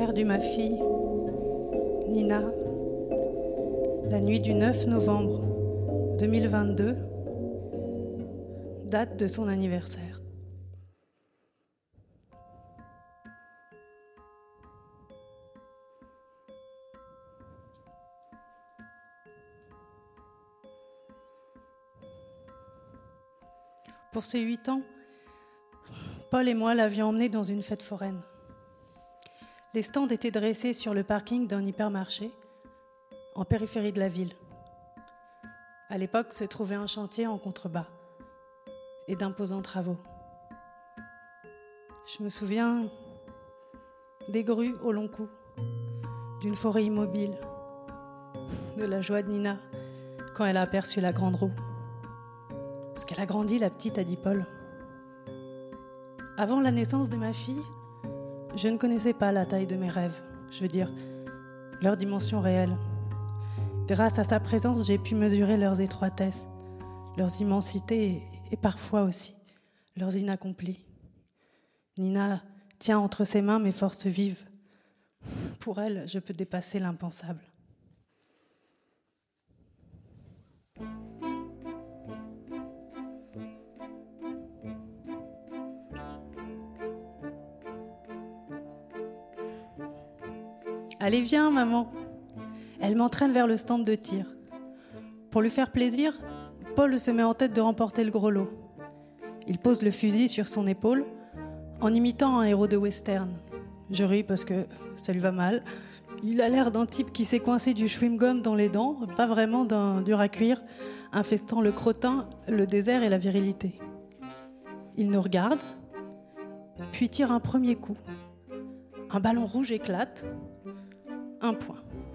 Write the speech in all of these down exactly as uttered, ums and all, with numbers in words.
perdu ma fille, Nina, la nuit du neuf novembre deux mille vingt-deux, date de son anniversaire. Pour ses huit ans, Paul et moi l'avions emmenée dans une fête foraine. Les stands étaient dressés sur le parking d'un hypermarché en périphérie de la ville. À l'époque se trouvait un chantier en contrebas et d'imposants travaux. Je me souviens des grues au long cou, d'une forêt immobile, de la joie de Nina quand elle a aperçu la grande roue. Parce qu'elle a grandi, la petite, a dit Paul. Avant la naissance de ma fille, je ne connaissais pas la taille de mes rêves, je veux dire, leur dimension réelle. Grâce à sa présence, j'ai pu mesurer leurs étroitesses, leurs immensités et, et parfois aussi leurs inaccomplis. Nina tient entre ses mains mes forces vives. Pour elle, je peux dépasser l'impensable. Allez, viens, maman. Elle m'entraîne vers le stand de tir. Pour lui faire plaisir, Paul se met en tête de remporter le gros lot. Il pose le fusil sur son épaule en imitant un héros de western. Je ris parce que ça lui va mal. Il a l'air d'un type qui s'est coincé du chewing-gum dans les dents, pas vraiment d'un dur à cuire, infestant le crottin, le désert et la virilité. Il nous regarde, puis tire un premier coup. Un ballon rouge éclate. Un point.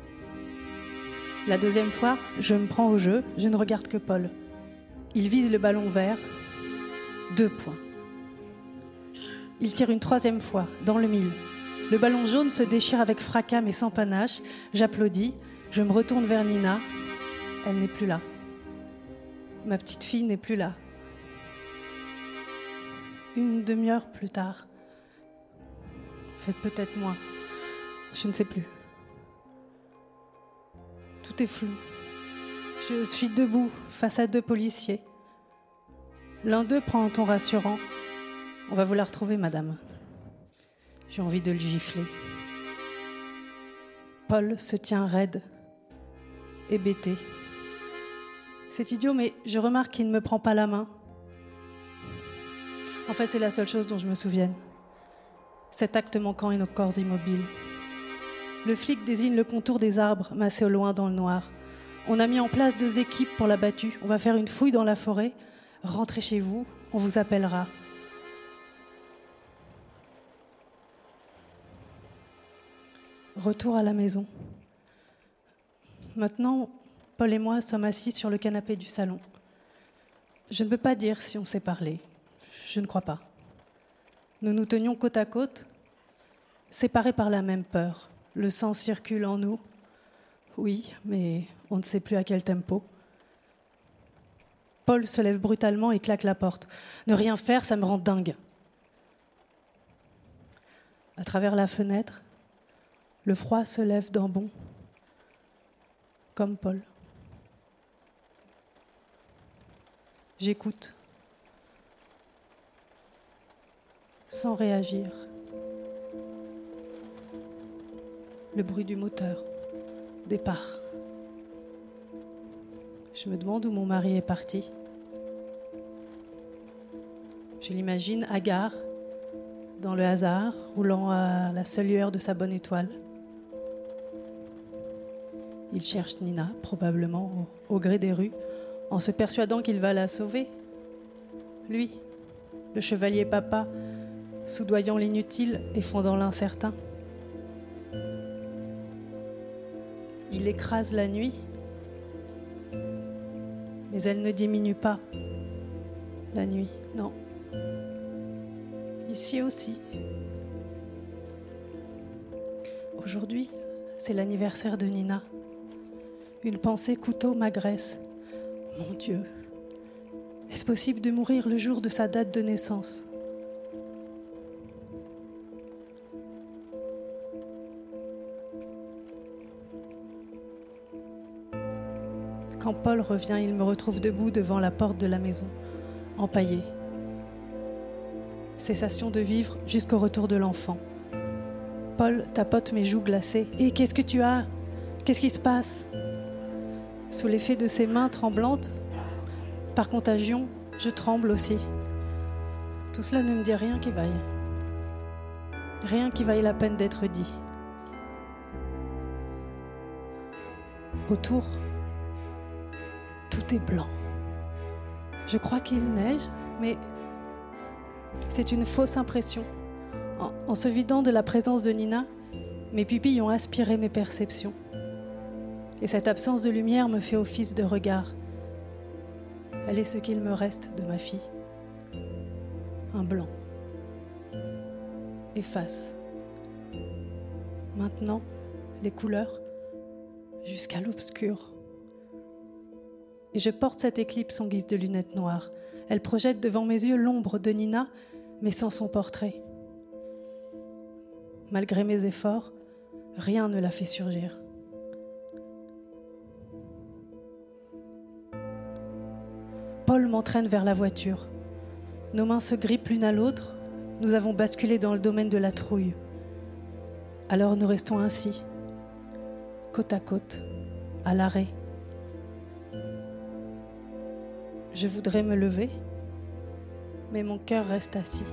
La deuxième fois, je me prends au jeu, je ne regarde que Paul. Il vise le ballon vert. Deux points. Il tire une troisième fois, dans le mille. Le ballon jaune se déchire avec fracas mais sans panache. J'applaudis, je me retourne vers Nina. Elle n'est plus là. Ma petite fille n'est plus là. Une demi-heure plus tard. En fait, peut-être moins. Je ne sais plus. Tout est flou. Je suis debout face à deux policiers. L'un d'eux prend un ton rassurant. On va vous la retrouver, madame. J'ai envie de le gifler. Paul se tient raide, hébété. C'est idiot, mais je remarque qu'il ne me prend pas la main. En fait, c'est la seule chose dont je me souvienne. Cet acte manquant et nos corps immobiles. Le flic désigne le contour des arbres, massés au loin dans le noir. On a mis en place deux équipes pour la battue. On va faire une fouille dans la forêt. Rentrez chez vous, on vous appellera. Retour à la maison. Maintenant, Paul et moi sommes assis sur le canapé du salon. Je ne peux pas dire si on s'est parlé. Je ne crois pas. Nous nous tenions côte à côte, séparés par la même peur. Le sang circule en nous. Oui, mais on ne sait plus à quel tempo. Paul se lève brutalement et claque la porte. Ne rien faire, ça me rend dingue. À travers la fenêtre, le froid se lève d'un bond, comme Paul. J'écoute, sans réagir. Le bruit du moteur, départ. Je me demande où mon mari est parti. Je l'imagine hagard, dans le hasard, roulant à la seule lueur de sa bonne étoile. Il cherche Nina, probablement au, au gré des rues, en se persuadant qu'il va la sauver. Lui, le chevalier papa, soudoyant l'inutile et fondant l'incertain. Il écrase la nuit, mais elle ne diminue pas. La nuit, non. Ici aussi. Aujourd'hui, c'est l'anniversaire de Nina. Une pensée couteau m'agresse. Mon Dieu, est-ce possible de mourir le jour de sa date de naissance ? Quand Paul revient, il me retrouve debout devant la porte de la maison, empaillé. Cessation de vivre jusqu'au retour de l'enfant. Paul tapote mes joues glacées. « Et qu'est-ce que tu as ? Qu'est-ce qui se passe ?» Sous l'effet de ses mains tremblantes, par contagion, je tremble aussi. Tout cela ne me dit rien qui vaille. Rien qui vaille la peine d'être dit. Autour, tout est blanc. Je crois qu'il neige, mais c'est une fausse impression. En, en se vidant de la présence de Nina, mes pupilles ont aspiré mes perceptions. Et cette absence de lumière me fait office de regard. Elle est ce qu'il me reste de ma fille. Un blanc. Efface. Maintenant, les couleurs jusqu'à l'obscur. Et je porte cette éclipse en guise de lunettes noires. Elle projette devant mes yeux l'ombre de Nina, mais sans son portrait. Malgré mes efforts, rien ne la fait surgir. Paul m'entraîne vers la voiture. Nos mains se grippent l'une à l'autre. Nous avons basculé dans le domaine de la trouille. Alors nous restons ainsi, côte à côte, à l'arrêt. Je voudrais me lever, mais mon cœur reste assis.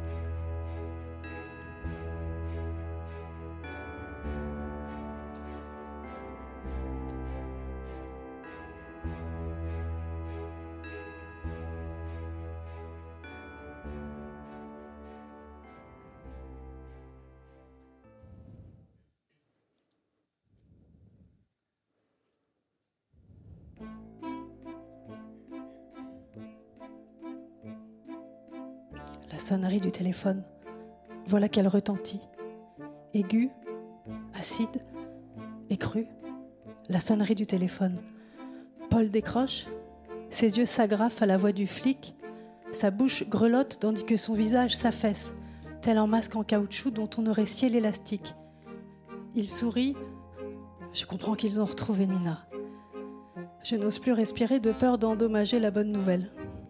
La sonnerie du téléphone, voilà qu'elle retentit. Aiguë, acide, écrue, la sonnerie du téléphone. Paul décroche, ses yeux s'agrafent à la voix du flic, sa bouche grelotte tandis que son visage s'affaisse, tel un masque en caoutchouc dont on aurait scié l'élastique. Il sourit, je comprends qu'ils ont retrouvé Nina. Je n'ose plus respirer de peur d'endommager la bonne nouvelle.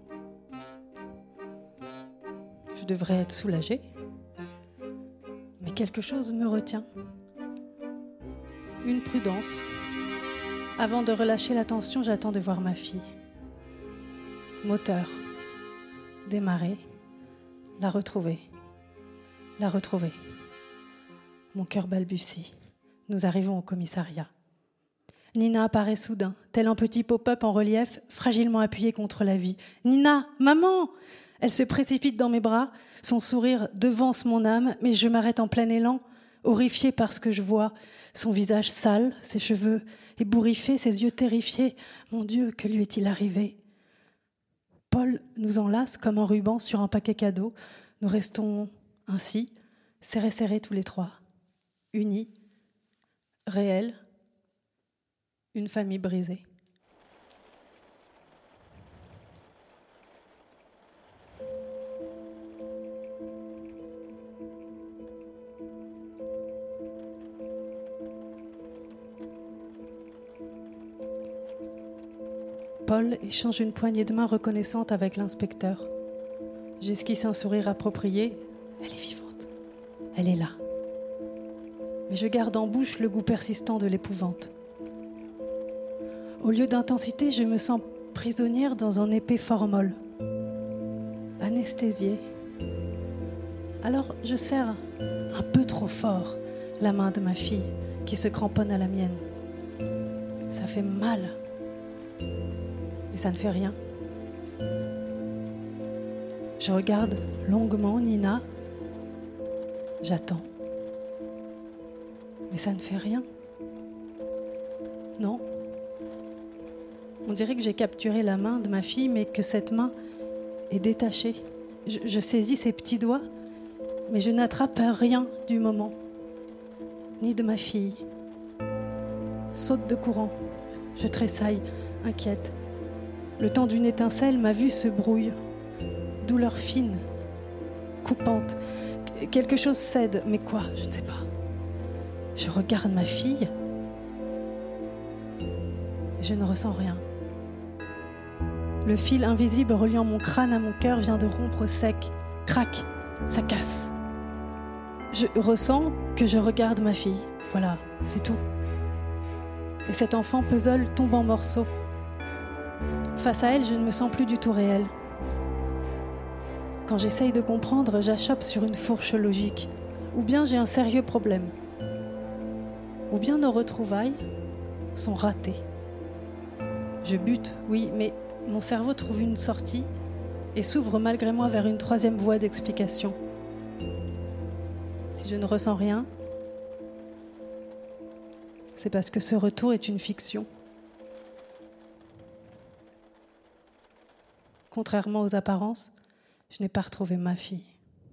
Je devrais être soulagée, mais quelque chose me retient. Une prudence. Avant de relâcher la tension, j'attends de voir ma fille. Moteur. Démarrer. La retrouver. La retrouver. Mon cœur balbutie. Nous arrivons au commissariat. Nina apparaît soudain, tel un petit pop-up en relief, fragilement appuyé contre la vie. « Nina, maman !» Elle se précipite dans mes bras, son sourire devance mon âme, mais je m'arrête en plein élan, horrifiée par ce que je vois. Son visage sale, ses cheveux ébouriffés, ses yeux terrifiés. Mon Dieu, que lui est-il arrivé ? Paul nous enlace comme un ruban sur un paquet cadeau. Nous restons ainsi, serrés serrés tous les trois, unis, réels, une famille brisée. Paul échange une poignée de main reconnaissante avec l'inspecteur. J'esquisse un sourire approprié. Elle est vivante. Elle est là. Mais je garde en bouche le goût persistant de l'épouvante. Au lieu d'intensité, je me sens prisonnière dans un épais formol. Anesthésiée. Alors je serre un peu trop fort la main de ma fille qui se cramponne à la mienne. Ça fait mal. Mais ça ne fait rien. Je regarde longuement Nina. J'attends. Mais ça ne fait rien. Non. On dirait que j'ai capturé la main de ma fille, mais que cette main est détachée. Je, je saisis ses petits doigts, mais je n'attrape rien du moment. Ni de ma fille. Saute de courant. Je tressaille, inquiète. Le temps d'une étincelle, ma vue se brouille. Douleur fine, coupante. Quelque chose cède, mais quoi ? Je ne sais pas. Je regarde ma fille. Je ne ressens rien. Le fil invisible reliant mon crâne à mon cœur vient de rompre sec. Crac, ça casse. Je ressens que je regarde ma fille. Voilà, c'est tout. Et cet enfant puzzle tombe en morceaux. Face à elle, je ne me sens plus du tout réelle. Quand j'essaye de comprendre, j'achoppe sur une fourche logique. Ou bien j'ai un sérieux problème. Ou bien nos retrouvailles sont ratées. Je bute, oui, mais mon cerveau trouve une sortie et s'ouvre malgré moi vers une troisième voie d'explication. Si je ne ressens rien, c'est parce que ce retour est une fiction. Contrairement aux apparences, je n'ai pas retrouvé ma fille.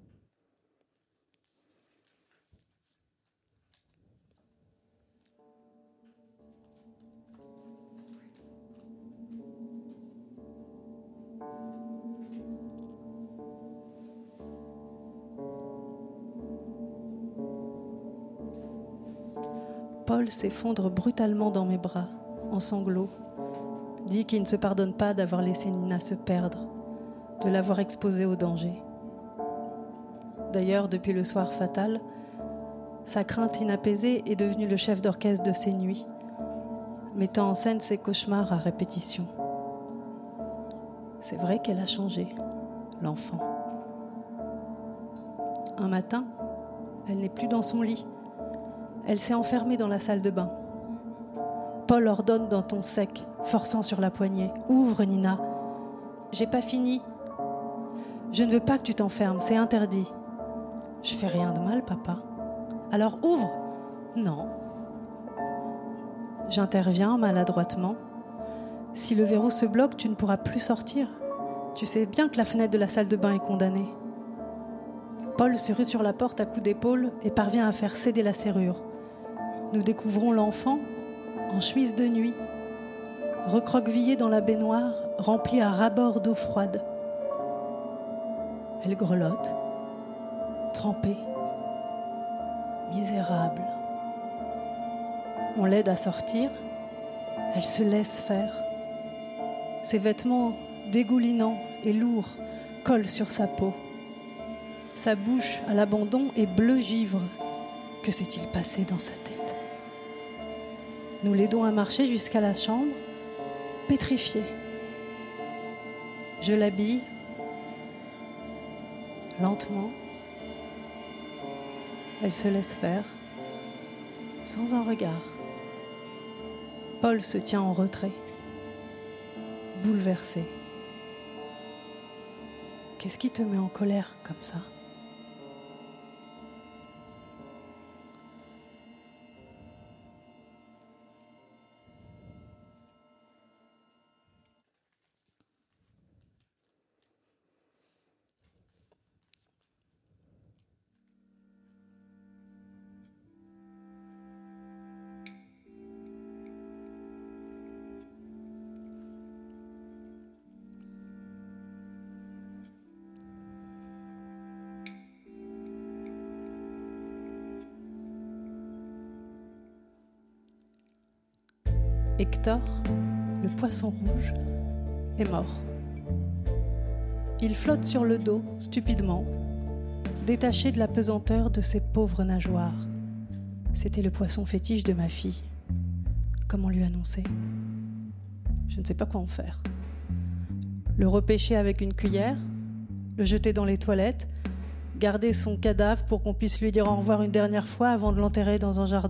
Paul s'effondre brutalement dans mes bras, en sanglots, dit qu'il ne se pardonne pas d'avoir laissé Nina se perdre, de l'avoir exposée au danger. D'ailleurs, depuis le soir fatal, sa crainte inapaisée est devenue le chef d'orchestre de ses nuits, mettant en scène ses cauchemars à répétition. C'est vrai qu'elle a changé, l'enfant. Un matin, elle n'est plus dans son lit. Elle s'est enfermée dans la salle de bain. Paul ordonne d'un ton sec, forçant sur la poignée. « Ouvre, Nina. J'ai pas fini. Je ne veux pas que tu t'enfermes, c'est interdit. » « Je fais rien de mal, papa. »« Alors ouvre !»« Non. » J'interviens maladroitement. « Si le verrou se bloque, tu ne pourras plus sortir. Tu sais bien que la fenêtre de la salle de bain est condamnée. » Paul se rue sur la porte à coups d'épaule et parvient à faire céder la serrure. Nous découvrons l'enfant en chemise de nuit, recroquevillée dans la baignoire, remplie à ras-bord d'eau froide. Elle grelotte, trempée, misérable. On l'aide à sortir, elle se laisse faire. Ses vêtements dégoulinants et lourds collent sur sa peau. Sa bouche à l'abandon est bleu givre. Que s'est-il passé dans sa tête ? Nous l'aidons à marcher jusqu'à la chambre, pétrifiée. Je l'habille, lentement. Elle se laisse faire, sans un regard. Paul se tient en retrait, bouleversé. Qu'est-ce qui te met en colère comme ça ? Hector, le poisson rouge, est mort. Il flotte sur le dos, stupidement, détaché de la pesanteur de ses pauvres nageoires. C'était le poisson fétiche de ma fille. Comment lui annoncer ? Je ne sais pas quoi en faire. Le repêcher avec une cuillère, le jeter dans les toilettes, garder son cadavre pour qu'on puisse lui dire au revoir une dernière fois avant de l'enterrer dans un jardin ?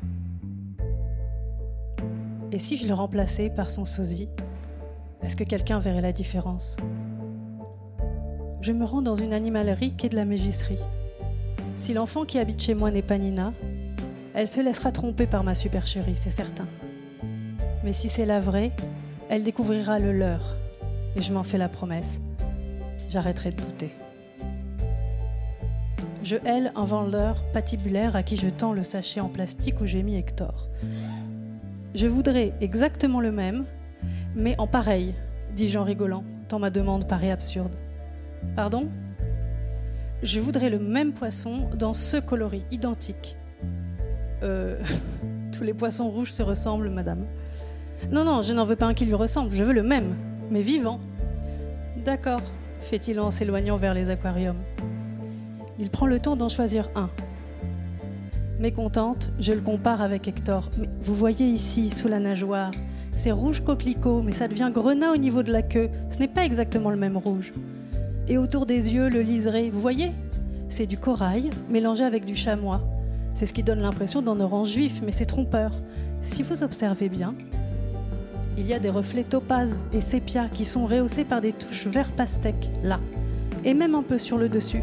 Et si je le remplaçais par son sosie, est-ce que quelqu'un verrait la différence ? Je me rends dans une animalerie qu'est de la mégisserie. Si l'enfant qui habite chez moi n'est pas Nina, elle se laissera tromper par ma supercherie, c'est certain. Mais si c'est la vraie, elle découvrira le leur. Et je m'en fais la promesse. J'arrêterai de douter. Je hèle un vendeur patibulaire à qui je tends le sachet en plastique où j'ai mis Hector. Je voudrais exactement le même, mais en pareil, dis-je en rigolant, tant ma demande paraît absurde. Pardon ? Je voudrais le même poisson dans ce coloris identique. Euh... Tous les poissons rouges se ressemblent, madame. Non, non, je n'en veux pas un qui lui ressemble, je veux le même. mais vivant. D'accord, fait-il en s'éloignant vers les aquariums. Il prend le temps d'en choisir un. Mécontente, je le compare avec Hector. Mais vous voyez ici, sous la nageoire, c'est rouge coquelicot, mais ça devient grenat au niveau de la queue. Ce n'est pas exactement le même rouge. Et autour des yeux, le liseré, vous voyez ? C'est du corail mélangé avec du chamois. C'est ce qui donne l'impression d'un orange vif, mais c'est trompeur. Si vous observez bien, il y a des reflets topaz et sépia qui sont rehaussés par des touches vert pastèque, là, et même un peu sur le dessus.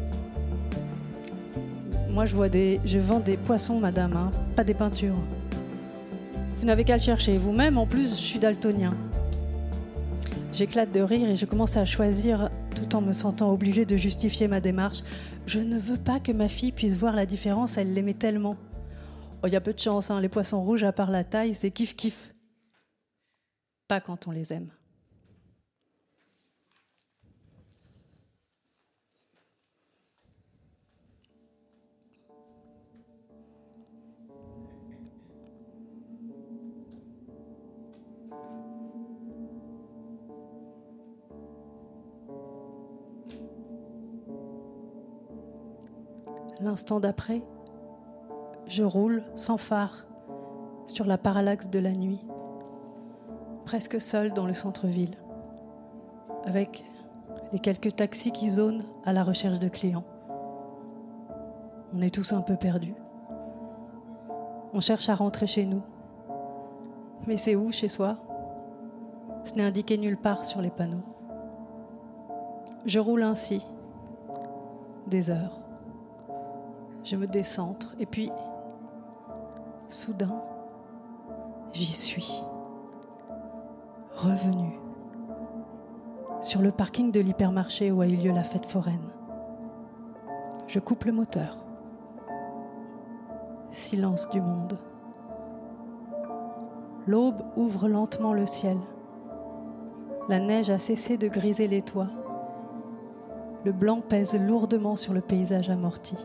Moi, je, vois des, je vends des poissons, madame, hein, pas des peintures. Vous n'avez qu'à le chercher vous-même, en plus, je suis daltonien. J'éclate de rire et je commence à choisir tout en me sentant obligée de justifier ma démarche. Je ne veux pas que ma fille puisse voir la différence, elle l'aimait tellement. Oh, il y a peu de chance, hein, les poissons rouges, à part la taille, c'est kiff-kiff. Pas quand on les aime. L'instant d'après, je roule sans phare sur la parallaxe de la nuit, presque seule dans le centre-ville, avec les quelques taxis qui zonent à la recherche de clients. On est tous un peu perdus. On cherche à rentrer chez nous. Mais c'est où chez soi ? Ce n'est indiqué nulle part sur les panneaux. Je roule ainsi, des heures. Je me décentre et puis, soudain, j'y suis. Revenue. Sur le parking de l'hypermarché où a eu lieu la fête foraine. Je coupe le moteur. Silence du monde. L'aube ouvre lentement le ciel. La neige a cessé de griser les toits. Le blanc pèse lourdement sur le paysage amorti.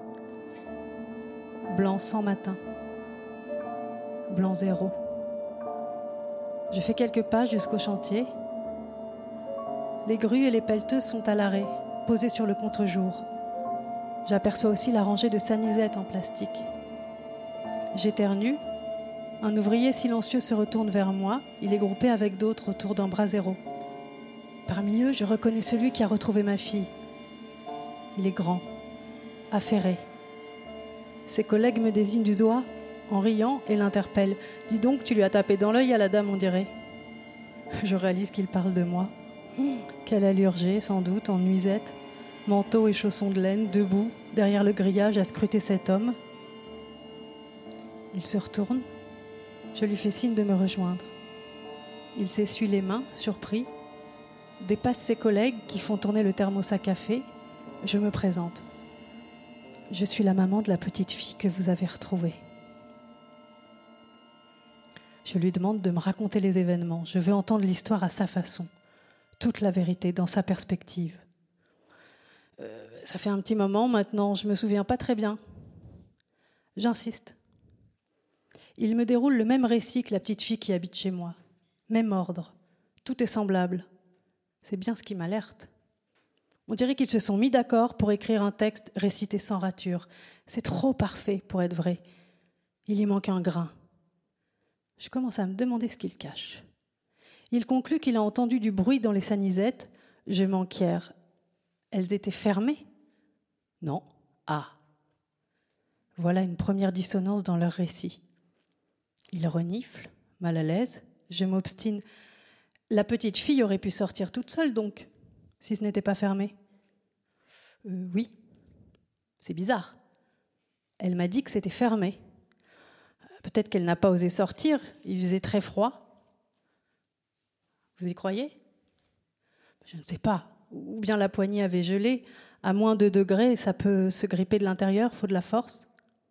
Blanc sans matin. Blanc zéro. Je fais quelques pas jusqu'au chantier. Les grues et les pelleteuses sont à l'arrêt, posées sur le contre-jour. J'aperçois aussi la rangée de sanisettes en plastique. J'éternue. Un ouvrier silencieux se retourne vers moi. Il est groupé avec d'autres autour d'un brasero. Parmi eux, je reconnais celui qui a retrouvé ma fille. Il est grand, affairé. Ses collègues me désignent du doigt en riant et l'interpellent. « Dis donc, tu lui as tapé dans l'œil à la dame, on dirait. » Je réalise qu'il parle de moi. Quelle allure j'ai, sans doute, en nuisette, manteau et chaussons de laine, debout, derrière le grillage, à scruter cet homme. Il se retourne. Je lui fais signe de me rejoindre. Il s'essuie les mains, surpris, dépasse ses collègues qui font tourner le thermos à café. Je me présente. Je suis la maman de la petite fille que vous avez retrouvée. Je lui demande de me raconter les événements. Je veux entendre l'histoire à sa façon, toute la vérité dans sa perspective. Euh, ça fait un petit moment maintenant, je me souviens pas très bien. J'insiste. Il me déroule le même récit que la petite fille qui habite chez moi. Même ordre. Tout est semblable. C'est bien ce qui m'alerte. On dirait qu'ils se sont mis d'accord pour écrire un texte récité sans rature. C'est trop parfait pour être vrai. Il y manque un grain. Je commence à me demander ce qu'il cache. Il conclut qu'il a entendu du bruit dans les sanisettes. Je m'enquière. Elles étaient fermées ? Non. Ah. Voilà une première dissonance dans leur récit. Il renifle, mal à l'aise. Je m'obstine. La petite fille aurait pu sortir toute seule donc, si ce n'était pas fermé. Euh, oui. C'est bizarre. Elle m'a dit que c'était fermé. Peut-être qu'elle n'a pas osé sortir, il faisait très froid. Vous y croyez ? Je ne sais pas. Ou bien la poignée avait gelé. À moins de degrés, ça peut se gripper de l'intérieur, il faut de la force.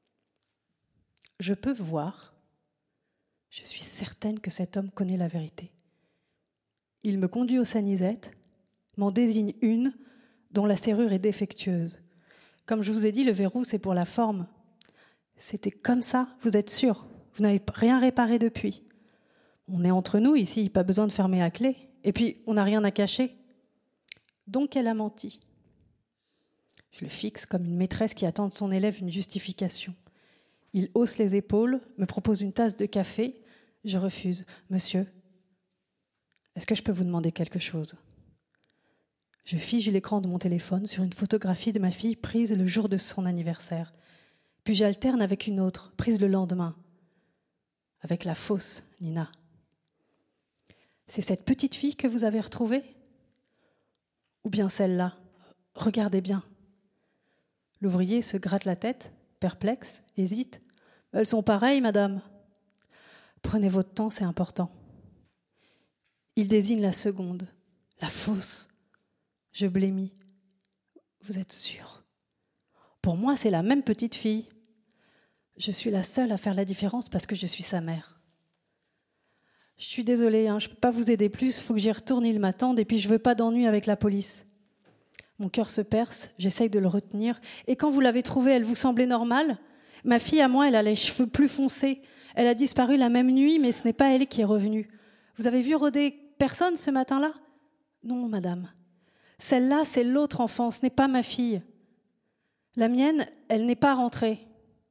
Je peux voir. Je suis certaine que cet homme connaît la vérité. Il me conduit aux sanisettes, m'en désigne une dont la serrure est défectueuse. Comme je vous ai dit, le verrou, c'est pour la forme. C'était comme ça, vous êtes sûr ? Vous n'avez rien réparé depuis ? On est entre nous ici, pas besoin de fermer à clé. Et puis, on n'a rien à cacher. Donc, elle a menti. Je le fixe comme une maîtresse qui attend de son élève une justification. Il hausse les épaules, me propose une tasse de café. Je refuse. Monsieur, est-ce que je peux vous demander quelque chose ? Je fige l'écran de mon téléphone sur une photographie de ma fille prise le jour de son anniversaire. Puis j'alterne avec une autre, prise le lendemain. Avec la fausse Nina. C'est cette petite fille que vous avez retrouvée ? Ou bien celle-là ? Regardez bien. L'ouvrier se gratte la tête, perplexe, hésite. Elles sont pareilles, madame. Prenez votre temps, c'est important. Il désigne la seconde, la fausse. Je blêmis. Vous êtes sûr ? Pour moi, c'est la même petite fille. Je suis la seule à faire la différence parce que je suis sa mère. Je suis désolée, hein, je ne peux pas vous aider plus, il faut que j'y retourne, ils m'attendent, et puis je ne veux pas d'ennui avec la police. Mon cœur se perce, j'essaye de le retenir. Et quand vous l'avez trouvée, elle vous semblait normale ? Ma fille, à moi, elle a les cheveux plus foncés. Elle a disparu la même nuit, mais ce n'est pas elle qui est revenue. Vous avez vu rôder personne ce matin-là ? Non, madame. Celle-là, c'est l'autre enfant, ce n'est pas ma fille. La mienne, elle n'est pas rentrée.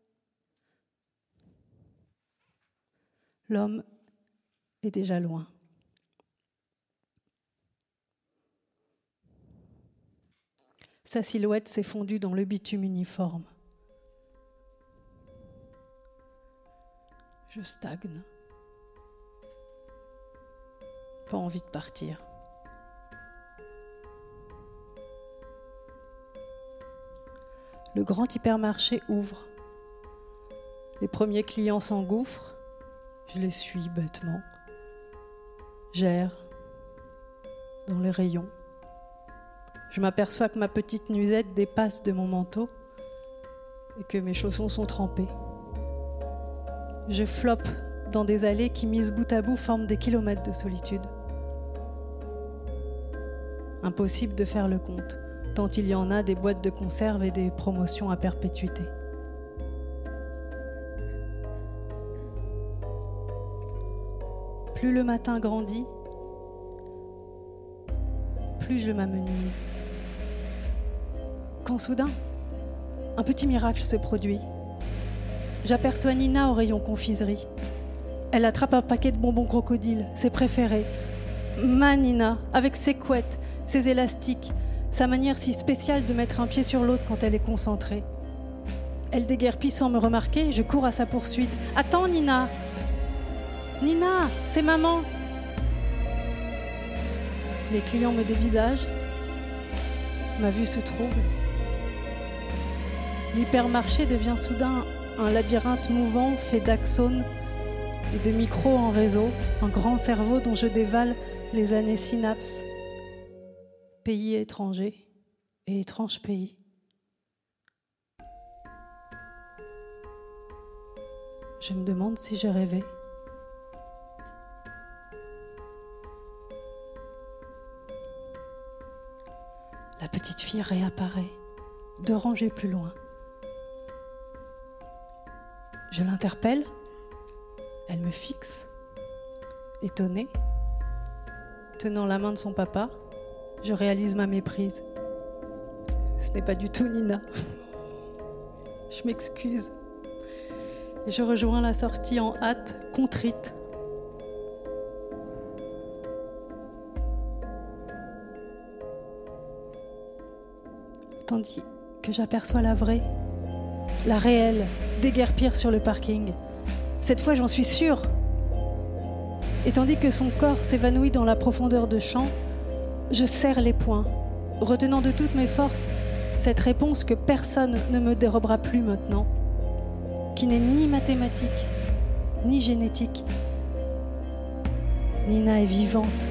L'homme est déjà loin. Sa silhouette s'est fondue dans le bitume uniforme. Je stagne. Pas envie de partir. Le grand hypermarché ouvre. Les premiers clients s'engouffrent. Je les suis bêtement. J'erre dans les rayons. Je m'aperçois que ma petite nuisette dépasse de mon manteau et que mes chaussons sont trempés. Je floppe dans des allées qui, mises bout à bout, forment des kilomètres de solitude. Impossible de faire le compte, tant il y en a des boîtes de conserve et des promotions à perpétuité. Plus le matin grandit, plus je m'amenuise. Quand soudain, un petit miracle se produit. J'aperçois Nina au rayon confiserie. Elle attrape un paquet de bonbons crocodiles, ses préférés. Ma Nina, avec ses couettes, ses élastiques, sa manière si spéciale de mettre un pied sur l'autre quand elle est concentrée. Elle déguerpit sans me remarquer, je cours à sa poursuite. « Attends, Nina !»« Nina, c'est maman !» Les clients me dévisagent. Ma vue se trouble. L'hypermarché devient soudain un labyrinthe mouvant fait d'axones et de micros en réseau, un grand cerveau dont je dévale les années synapses. Pays étranger et étrange pays. Je me demande si j'ai rêvé. La petite fille réapparaît, deux rangées plus loin. Je l'interpelle, elle me fixe, étonnée. Tenant la main de son papa, je réalise ma méprise. Ce n'est pas du tout Nina. Je m'excuse. Et je rejoins la sortie en hâte, contrite. Tandis que j'aperçois la vraie, la réelle, déguerpir sur le parking. Cette fois, j'en suis sûre. Et tandis que son corps s'évanouit dans la profondeur de champ, je serre les poings, retenant de toutes mes forces cette réponse que personne ne me dérobera plus maintenant, qui n'est ni mathématique, ni génétique. Nina est vivante.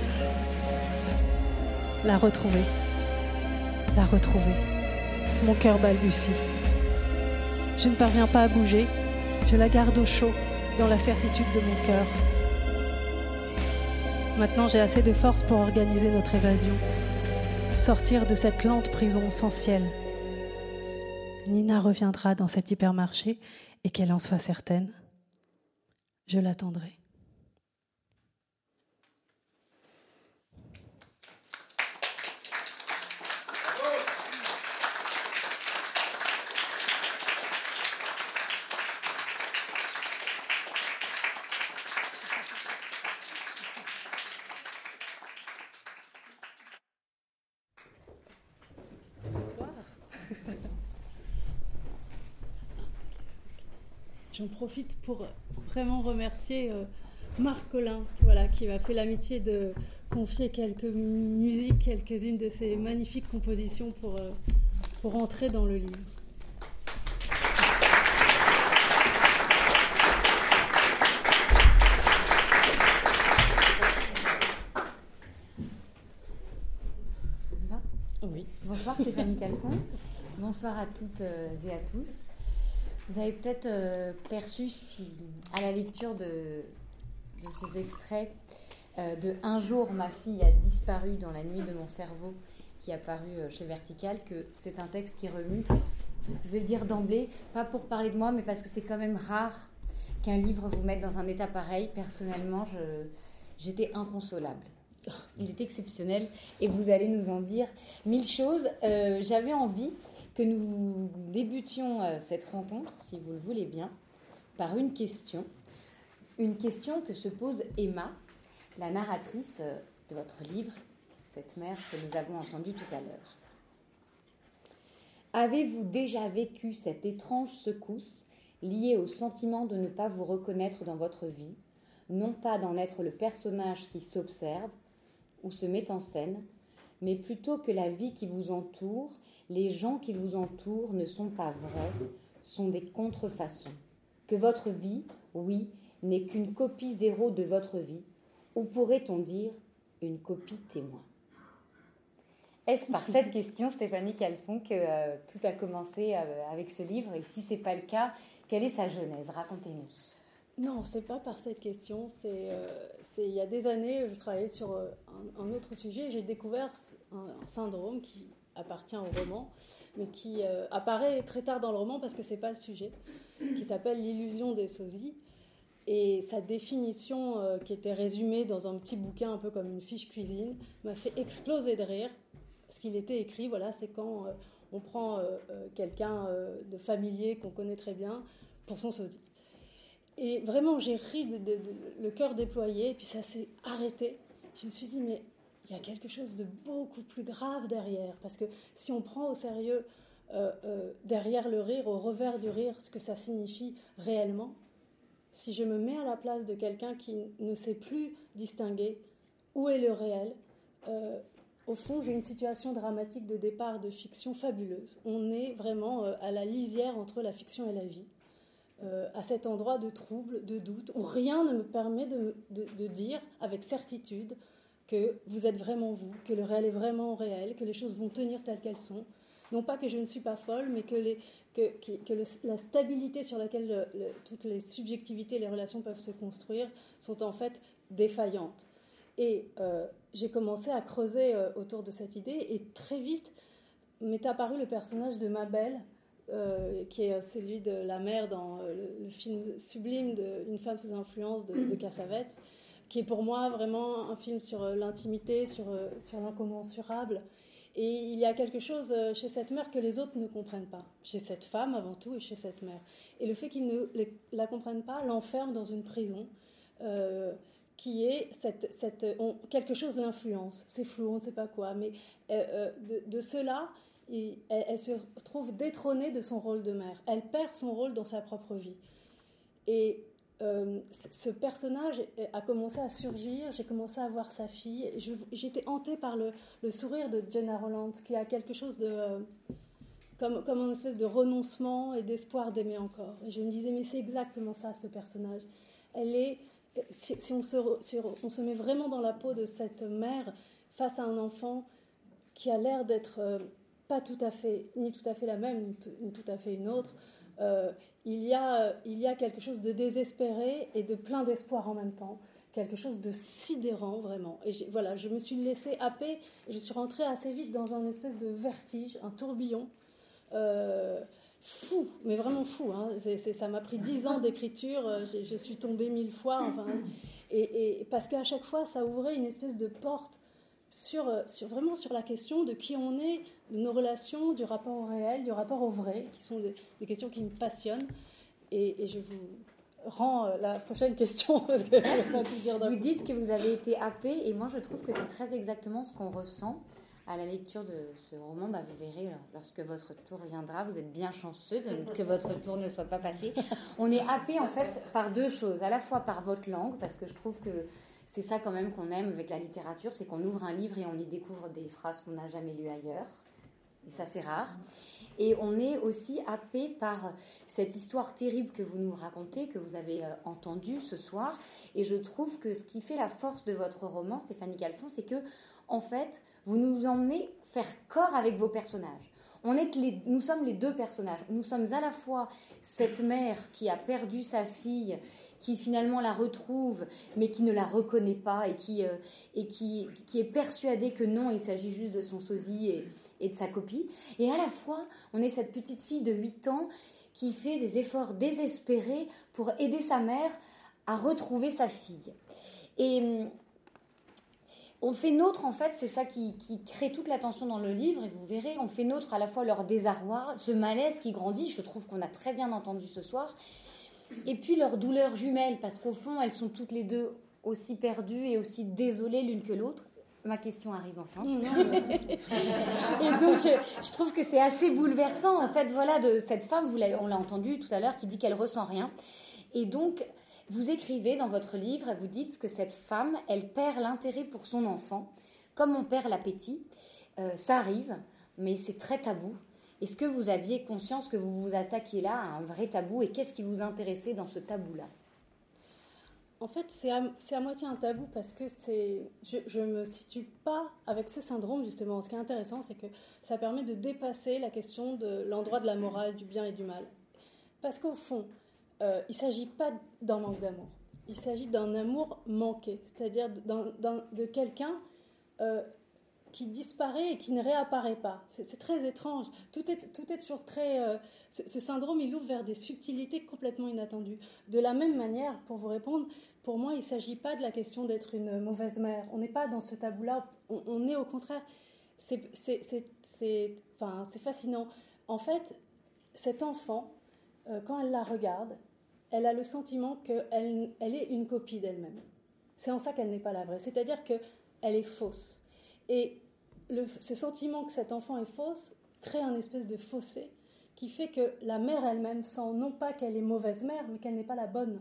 La retrouver. La retrouver. Mon cœur balbutie. Je ne parviens pas à bouger. Je la garde au chaud, dans la certitude de mon cœur. Maintenant, j'ai assez de force pour organiser notre évasion. Sortir de cette lente prison sans ciel. Nina reviendra dans cet hypermarché, et qu'elle en soit certaine, je l'attendrai. j'en profite pour vraiment remercier euh, Marc Collin, voilà, qui m'a fait l'amitié de confier quelques musiques, quelques-unes de ses magnifiques compositions pour, euh, pour entrer dans le livre. Oui. Bonsoir Stéphanie Calfon, bonsoir à toutes et à tous. Vous avez peut-être euh, perçu si, à la lecture de, de ces extraits euh, de « Un jour, ma fille a disparu dans la nuit de mon cerveau » qui est apparu euh, chez Vertical, que c'est un texte qui remue. Je vais le dire d'emblée, pas pour parler de moi, mais parce que c'est quand même rare qu'un livre vous mette dans un état pareil. Personnellement, je, j'étais inconsolable. Il est exceptionnel et vous allez nous en dire mille choses. Euh, j'avais envie que nous débutions euh, cette rencontre, si vous le voulez bien, par une question. Une question que se pose Emma, la narratrice euh, de votre livre, cette mère que nous avons entendue tout à l'heure. Avez-vous déjà vécu cette étrange secousse liée au sentiment de ne pas vous reconnaître dans votre vie, non pas d'en être le personnage qui s'observe ou se met en scène, mais plutôt que la vie qui vous entoure, les gens qui vous entourent ne sont pas vrais, sont des contrefaçons. Que votre vie, oui, n'est qu'une copie zéro de votre vie, ou pourrait-on dire une copie témoin. Est-ce par cette question, Stéphanie Calfon, que euh, tout a commencé euh, avec ce livre? Et si ce n'est pas le cas, quelle est sa genèse? Racontez-nous. Non, c'est pas par cette question. C'est, euh, c'est il y a des années, je travaillais sur euh, un, un autre sujet et j'ai découvert un, un syndrome qui appartient au roman, mais qui euh, apparaît très tard dans le roman parce que c'est pas le sujet, qui s'appelle l'illusion des sosies. Et sa définition, euh, qui était résumée dans un petit bouquin un peu comme une fiche cuisine, m'a fait exploser de rire parce qu'il était écrit. Voilà, c'est quand euh, on prend euh, euh, quelqu'un euh, de familier qu'on connaît très bien pour son sosie. Et vraiment, j'ai ri, de, de, de, le cœur déployé, et puis ça s'est arrêté. Je me suis dit, mais il y a quelque chose de beaucoup plus grave derrière. Parce que si on prend au sérieux, euh, euh, derrière le rire, au revers du rire, ce que ça signifie réellement, si je me mets à la place de quelqu'un qui ne sait plus distinguer où est le réel, euh, au fond, j'ai une situation dramatique de départ de fiction fabuleuse. On est vraiment euh, à la lisière entre la fiction et la vie. Euh, à cet endroit de trouble, de doute, où rien ne me permet de, de, de dire avec certitude que vous êtes vraiment vous, que le réel est vraiment réel, que les choses vont tenir telles qu'elles sont. Non pas que je ne suis pas folle, mais que, les, que, que, que le, la stabilité sur laquelle le, le, toutes les subjectivités, les relations peuvent se construire sont en fait défaillantes. Et euh, j'ai commencé à creuser euh, autour de cette idée, et très vite m'est apparu le personnage de Mabel, Euh, qui est celui de la mère dans euh, le, le film sublime de Une femme sous influence de, de Cassavetes, qui est pour moi vraiment un film sur euh, l'intimité, sur, euh, sur l'incommensurable. Et il y a quelque chose euh, chez cette mère que les autres ne comprennent pas, chez cette femme avant tout et chez cette mère. Et le fait qu'ils ne les, la comprennent pas l'enferme dans une prison euh, qui est cette, cette, on, quelque chose l'influence. C'est flou, on ne sait pas quoi, mais euh, euh, de, de cela... Et elle, elle se trouve détrônée de son rôle de mère. Elle perd son rôle dans sa propre vie. Et euh, ce personnage a commencé à surgir. J'ai commencé à voir sa fille. Je, j'étais hantée par le, le sourire de Jenna Roland, qui a quelque chose de... Euh, comme, comme une espèce de renoncement et d'espoir d'aimer encore. Et je me disais, mais c'est exactement ça, ce personnage. Elle est... Si, si, on, se, si on se met vraiment dans la peau de cette mère face à un enfant qui a l'air d'être... Euh, pas tout à fait, ni tout à fait la même, ni tout à fait une autre, euh, il y a, il y a quelque chose de désespéré et de plein d'espoir en même temps, quelque chose de sidérant vraiment. Et voilà, je me suis laissée happer, et je suis rentrée assez vite dans un espèce de vertige, un tourbillon, euh, fou, mais vraiment fou. Hein. C'est, c'est, ça m'a pris dix ans d'écriture, je, je suis tombée mille fois, enfin, et, et parce qu'à chaque fois, ça ouvrait une espèce de porte Sur, sur, vraiment sur la question de qui on est, de nos relations, du rapport au réel, du rapport au vrai, qui sont des, des questions qui me passionnent. Et, et je vous rends la prochaine question. Parce que je vais pas tout dire d'un vous coup. Dites que vous avez été happée, et moi je trouve que c'est très exactement ce qu'on ressent à la lecture de ce roman, bah, vous verrez, lorsque votre tour viendra, vous êtes bien chanceux de, que votre tour ne soit pas passé. On est happé en fait par deux choses, à la fois par votre langue, parce que je trouve que c'est ça quand même qu'on aime avec la littérature, c'est qu'on ouvre un livre et on y découvre des phrases qu'on n'a jamais lues ailleurs. Et ça, c'est rare. Et on est aussi happé par cette histoire terrible que vous nous racontez, que vous avez euh, entendue ce soir. Et je trouve que ce qui fait la force de votre roman, Stéphanie Calfon, c'est que, en fait, vous nous emmenez faire corps avec vos personnages. On est que les, nous sommes les deux personnages. Nous sommes à la fois cette mère qui a perdu sa fille, qui finalement la retrouve, mais qui ne la reconnaît pas et qui, euh, et qui, qui est persuadée que non, il s'agit juste de son sosie et, et de sa copie. Et à la fois, on est cette petite fille de huit ans qui fait des efforts désespérés pour aider sa mère à retrouver sa fille. Et on fait nôtre, en fait, c'est ça qui, qui crée toute la tension dans le livre, et vous verrez, on fait nôtre à la fois leur désarroi, ce malaise qui grandit, je trouve qu'on a très bien entendu ce soir, et puis leur douleur jumelle, parce qu'au fond, elles sont toutes les deux aussi perdues et aussi désolées l'une que l'autre. Ma question arrive enfin. Et donc, je, je trouve que c'est assez bouleversant, en fait, voilà, de cette femme, vous l'avez, on l'a entendu tout à l'heure, qui dit qu'elle ressent rien. Et donc, vous écrivez dans votre livre, vous dites que cette femme, elle perd l'intérêt pour son enfant, comme on perd l'appétit. Euh, ça arrive, mais c'est très tabou. Est-ce que vous aviez conscience que vous vous attaquiez là à un vrai tabou, et qu'est-ce qui vous intéressait dans ce tabou-là ? En fait, c'est à, c'est à moitié un tabou parce que c'est, je ne me situe pas avec ce syndrome, justement. Ce qui est intéressant, c'est que ça permet de dépasser la question de l'endroit de la morale, du bien et du mal. Parce qu'au fond, euh, il ne s'agit pas d'un manque d'amour. Il s'agit d'un amour manqué, c'est-à-dire d'un, d'un, de quelqu'un euh, qui disparaît et qui ne réapparaît pas. C'est, c'est très étrange. Tout est, tout est toujours très... Euh, ce, ce syndrome, il ouvre vers des subtilités complètement inattendues. De la même manière, pour vous répondre, pour moi, il ne s'agit pas de la question d'être une mauvaise mère. On n'est pas dans ce tabou-là. On, on est au contraire... C'est, c'est, c'est, c'est, enfin, c'est fascinant. En fait, cet enfant, euh, quand elle la regarde, elle a le sentiment qu'elle elle est une copie d'elle-même. C'est en ça qu'elle n'est pas la vraie. C'est-à-dire qu'elle est fausse. Et le, ce sentiment que cet enfant est fausse crée un espèce de fossé qui fait que la mère elle-même sent non pas qu'elle est mauvaise mère, mais qu'elle n'est pas la bonne.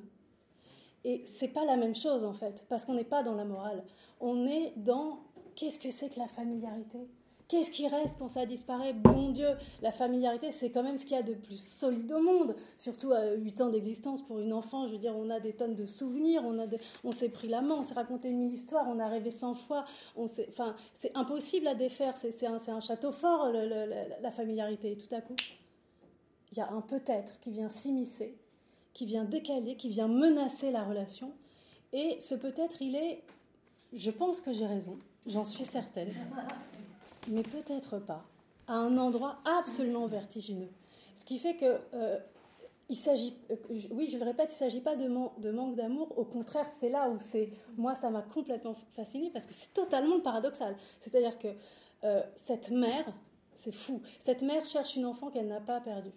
Et c'est pas la même chose en fait, parce qu'on n'est pas dans la morale. On est dans qu'est-ce que c'est que la familiarité ? Qu'est-ce qui reste quand ça disparaît ? Bon Dieu, la familiarité, c'est quand même ce qu'il y a de plus solide au monde. Surtout à huit ans d'existence pour une enfant, je veux dire, on a des tonnes de souvenirs, on, a de, on s'est pris la main, on s'est raconté mille histoires, on a rêvé cent fois. On s'est, enfin, c'est impossible à défaire, c'est, c'est, un, c'est un château fort, le, le, la, la familiarité. Et tout à coup, il y a un peut-être qui vient s'immiscer, qui vient décaler, qui vient menacer la relation. Et ce peut-être, il est, je pense que j'ai raison, j'en suis certaine, mais peut-être pas, à un endroit absolument vertigineux. Ce qui fait que, euh, il s'agit, euh, oui, je le répète, il ne s'agit pas de, man- de manque d'amour. Au contraire, c'est là où c'est, moi, ça m'a complètement fascinée parce que c'est totalement paradoxal. C'est-à-dire que euh, cette mère, c'est fou, cette mère cherche une enfant qu'elle n'a pas perdue.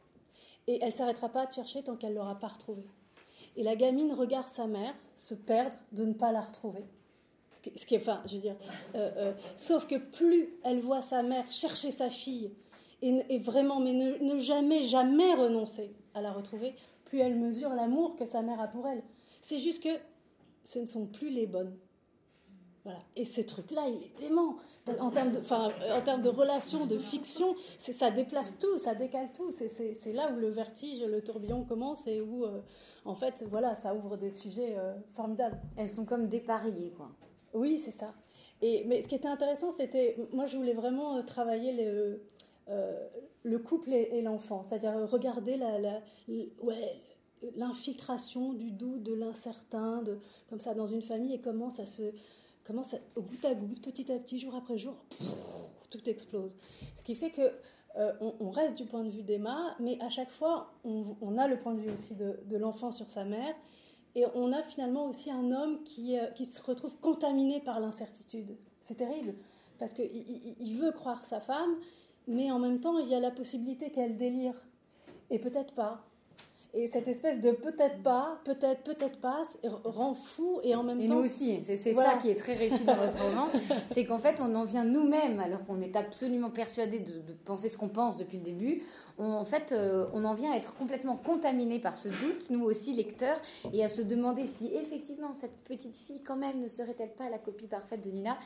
Et elle ne s'arrêtera pas de chercher tant qu'elle ne l'aura pas retrouvée. Et la gamine regarde sa mère se perdre de ne pas la retrouver. Ce qui, ce qui est, enfin, je veux dire, euh, euh, sauf que plus elle voit sa mère chercher sa fille et, et vraiment, mais ne, ne jamais, jamais renoncer à la retrouver, plus elle mesure l'amour que sa mère a pour elle. C'est juste que ce ne sont plus les bonnes. Voilà. Et ce truc-là, il est dément. En termes de, enfin, en termes de relations, de fiction, c'est, ça déplace tout, ça décale tout. C'est, c'est, c'est là où le vertige, le tourbillon commence et où, euh, en fait, voilà, ça ouvre des sujets euh, formidables. Elles sont comme dépareillées, quoi. Oui, c'est ça. Et, mais ce qui était intéressant, c'était... Moi, je voulais vraiment euh, travailler le, euh, le couple et, et l'enfant. C'est-à-dire euh, regarder la, la, ouais, l'infiltration du doute, de l'incertain, de, comme ça, dans une famille, et comment ça se... Comment ça, au goutte à goutte, petit à petit, jour après jour, pff, tout explose. Ce qui fait que euh, on, on reste du point de vue d'Emma, mais à chaque fois, on, on a le point de vue aussi de, de l'enfant sur sa mère. Et on a finalement aussi un homme qui, euh, qui se retrouve contaminé par l'incertitude. C'est terrible, parce qu'il il, il veut croire sa femme, mais en même temps, il y a la possibilité qu'elle délire. Et peut-être pas. Et cette espèce de peut-être pas, peut-être, peut-être pas, rend fou et en même et temps... Et nous aussi, c'est, c'est voilà. ça qui est très réussi dans votre roman, c'est qu'en fait on en vient nous-mêmes, alors qu'on est absolument persuadé de, de penser ce qu'on pense depuis le début, on, en fait euh, on en vient à être complètement contaminé par ce doute, nous aussi lecteurs, et à se demander si effectivement cette petite fille quand même ne serait-elle pas la copie parfaite de Nina.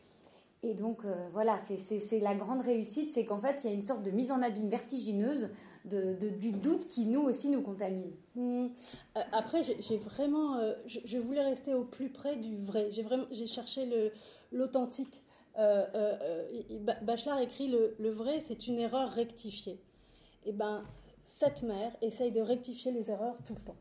Et donc euh, voilà, c'est, c'est, c'est la grande réussite, c'est qu'en fait il y a une sorte de mise en abîme vertigineuse de, de, du doute qui nous aussi nous contamine. Mmh. Après j'ai, j'ai vraiment, euh, je, je voulais rester au plus près du vrai, j'ai, vraiment, j'ai cherché le, l'authentique. Euh, euh, euh, Bachelard écrit le, le vrai c'est une erreur rectifiée. Et ben cette mère essaye de rectifier les erreurs tout le temps.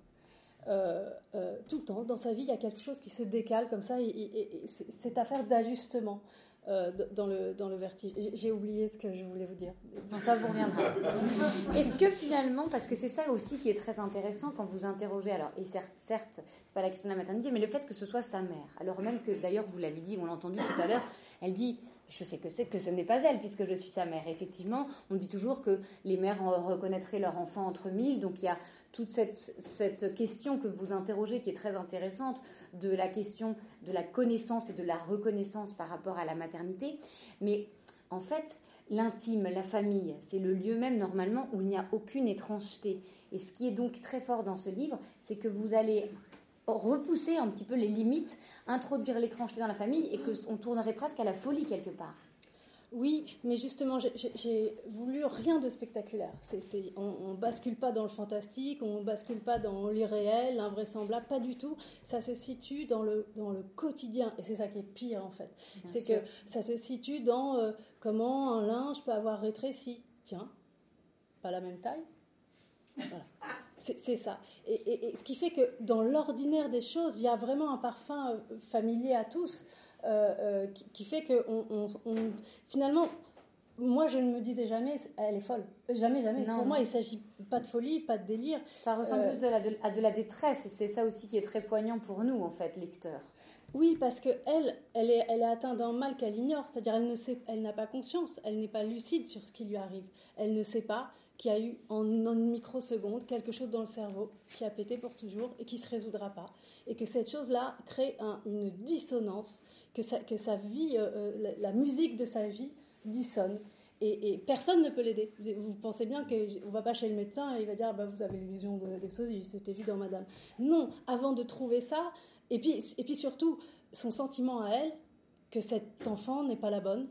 Euh, euh, tout le temps, dans sa vie il y a quelque chose qui se décale comme ça et, et, et c'est, c'est affaire d'ajustement. Euh, dans, le, dans le vertige. J'ai oublié ce que je voulais vous dire. Non, ça vous reviendra. Est-ce que finalement, parce que c'est ça aussi qui est très intéressant quand vous interrogez, alors, et certes, certes c'est pas la question de la maternité, mais le fait que ce soit sa mère, alors même que d'ailleurs vous l'avez dit, on l'a entendu tout à l'heure, elle dit, je sais que c'est que ce n'est pas elle puisque je suis sa mère. Effectivement, on dit toujours que les mères reconnaîtraient leur enfant entre mille, donc il y a toute cette, cette question que vous interrogez qui est très intéressante, de la question de la connaissance et de la reconnaissance par rapport à la maternité. Mais en fait, l'intime, la famille, c'est le lieu même normalement où il n'y a aucune étrangeté. Et ce qui est donc très fort dans ce livre, c'est que vous allez repousser un petit peu les limites, introduire l'étrangeté dans la famille et qu'on tournerait presque à la folie quelque part. Oui, mais justement, j'ai, j'ai voulu rien de spectaculaire. C'est, c'est, on ne bascule pas dans le fantastique, on ne bascule pas dans l'irréel, l'invraisemblable, pas du tout. Ça se situe dans le, dans le quotidien, et c'est ça qui est pire en fait. Bien c'est sûr. Que ça se situe dans euh, comment un linge peut avoir rétréci. Tiens, pas la même taille. Voilà. C'est, c'est ça. Et, et, et ce qui fait que dans l'ordinaire des choses, il y a vraiment un parfum euh, familier à tous. Euh, euh, qui, qui fait que on, on, on, finalement, moi je ne me disais jamais elle est folle, jamais, jamais. Non, Pour non. moi il ne s'agit pas de folie, pas de délire. Ça ressemble euh, plus de la, de, à de la détresse, et c'est ça aussi qui est très poignant pour nous en fait, lecteurs. Oui, parce que elle, elle est, elle est atteinte d'un mal qu'elle ignore, c'est-à-dire elle ne sait, elle n'a pas conscience, elle n'est pas lucide sur ce qui lui arrive. Elle ne sait pas qu'il y a eu en une microseconde quelque chose dans le cerveau qui a pété pour toujours et qui ne se résoudra pas, et que cette chose-là crée un, une dissonance. Que sa, que sa vie, euh, la, la musique de sa vie dissonne. Et, et personne ne peut l'aider. Vous pensez bien qu'on ne va pas chez le médecin et il va dire bah, « vous avez l'illusion de l'exosie, c'est évident, madame ». Non, avant de trouver ça, et puis, et puis surtout, son sentiment à elle, que cet enfant n'est pas la bonne.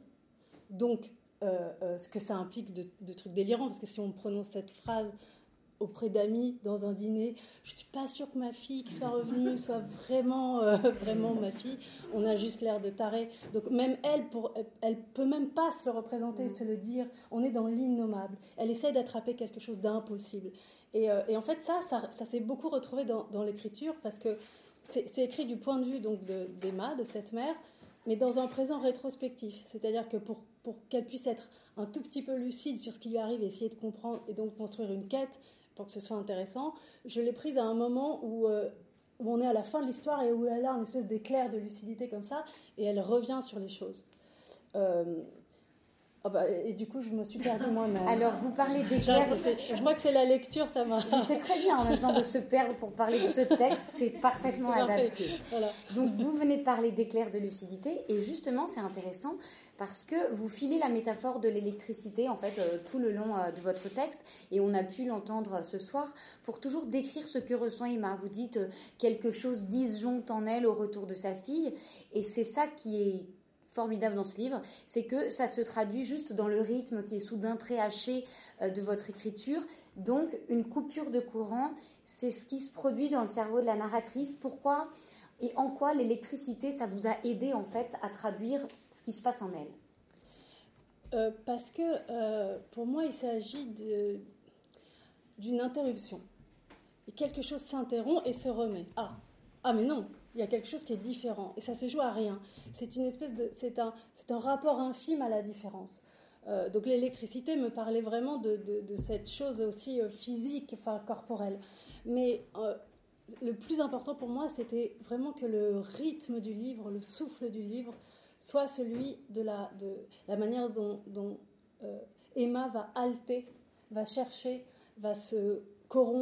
Donc, euh, euh, ce que ça implique de, de trucs délirants, parce que si on prononce cette phrase auprès d'amis, dans un dîner, je ne suis pas sûre que ma fille qui soit revenue soit vraiment, euh, vraiment ma fille. On a juste l'air de taré. Donc même elle, pour, elle ne peut même pas se le représenter, mmh. se le dire. On est dans l'innommable. Elle essaie d'attraper quelque chose d'impossible. Et, euh, et en fait, ça, ça, ça s'est beaucoup retrouvé dans, dans l'écriture, parce que c'est, c'est écrit du point de vue donc, de, d'Emma, de cette mère, mais dans un présent rétrospectif. C'est-à-dire que pour, pour qu'elle puisse être un tout petit peu lucide sur ce qui lui arrive, essayer de comprendre et donc construire une quête, pour que ce soit intéressant, je l'ai prise à un moment où, euh, où on est à la fin de l'histoire et où elle a une espèce d'éclair de lucidité comme ça, et elle revient sur les choses. Euh, oh bah, et du coup, je me suis perdue moi-même. Alors, vous parlez d'éclair... Je vois que c'est la lecture, ça m'a... C'est très bien, en même temps, de se perdre pour parler de ce texte, c'est parfaitement c'est adapté. Voilà. Donc, vous venez de parler d'éclair de lucidité, et justement, c'est intéressant, parce que vous filez la métaphore de l'électricité, en fait, euh, tout le long euh, de votre texte, et on a pu l'entendre ce soir, pour toujours décrire ce que ressent Emma. Vous dites euh, quelque chose disjoncte en elle au retour de sa fille, et c'est ça qui est formidable dans ce livre, c'est que ça se traduit juste dans le rythme qui est soudain très haché euh, de votre écriture. Donc, une coupure de courant, c'est ce qui se produit dans le cerveau de la narratrice. Pourquoi ? Et en quoi l'électricité, ça vous a aidé en fait à traduire ce qui se passe en elle ? euh, Parce que euh, pour moi, il s'agit de, d'une interruption. Et quelque chose s'interrompt et se remet. Ah, ah mais non, il y a quelque chose qui est différent. Et ça se joue à rien. C'est une espèce de, c'est un, c'est un rapport infime à la différence. Euh, donc l'électricité me parlait vraiment de, de, de cette chose aussi euh, physique, enfin corporelle. Mais euh, le plus important pour moi, c'était vraiment que le rythme du livre, le souffle du livre, soit celui de la, de la manière dont, dont euh, Emma va halter, va chercher, va se corrompre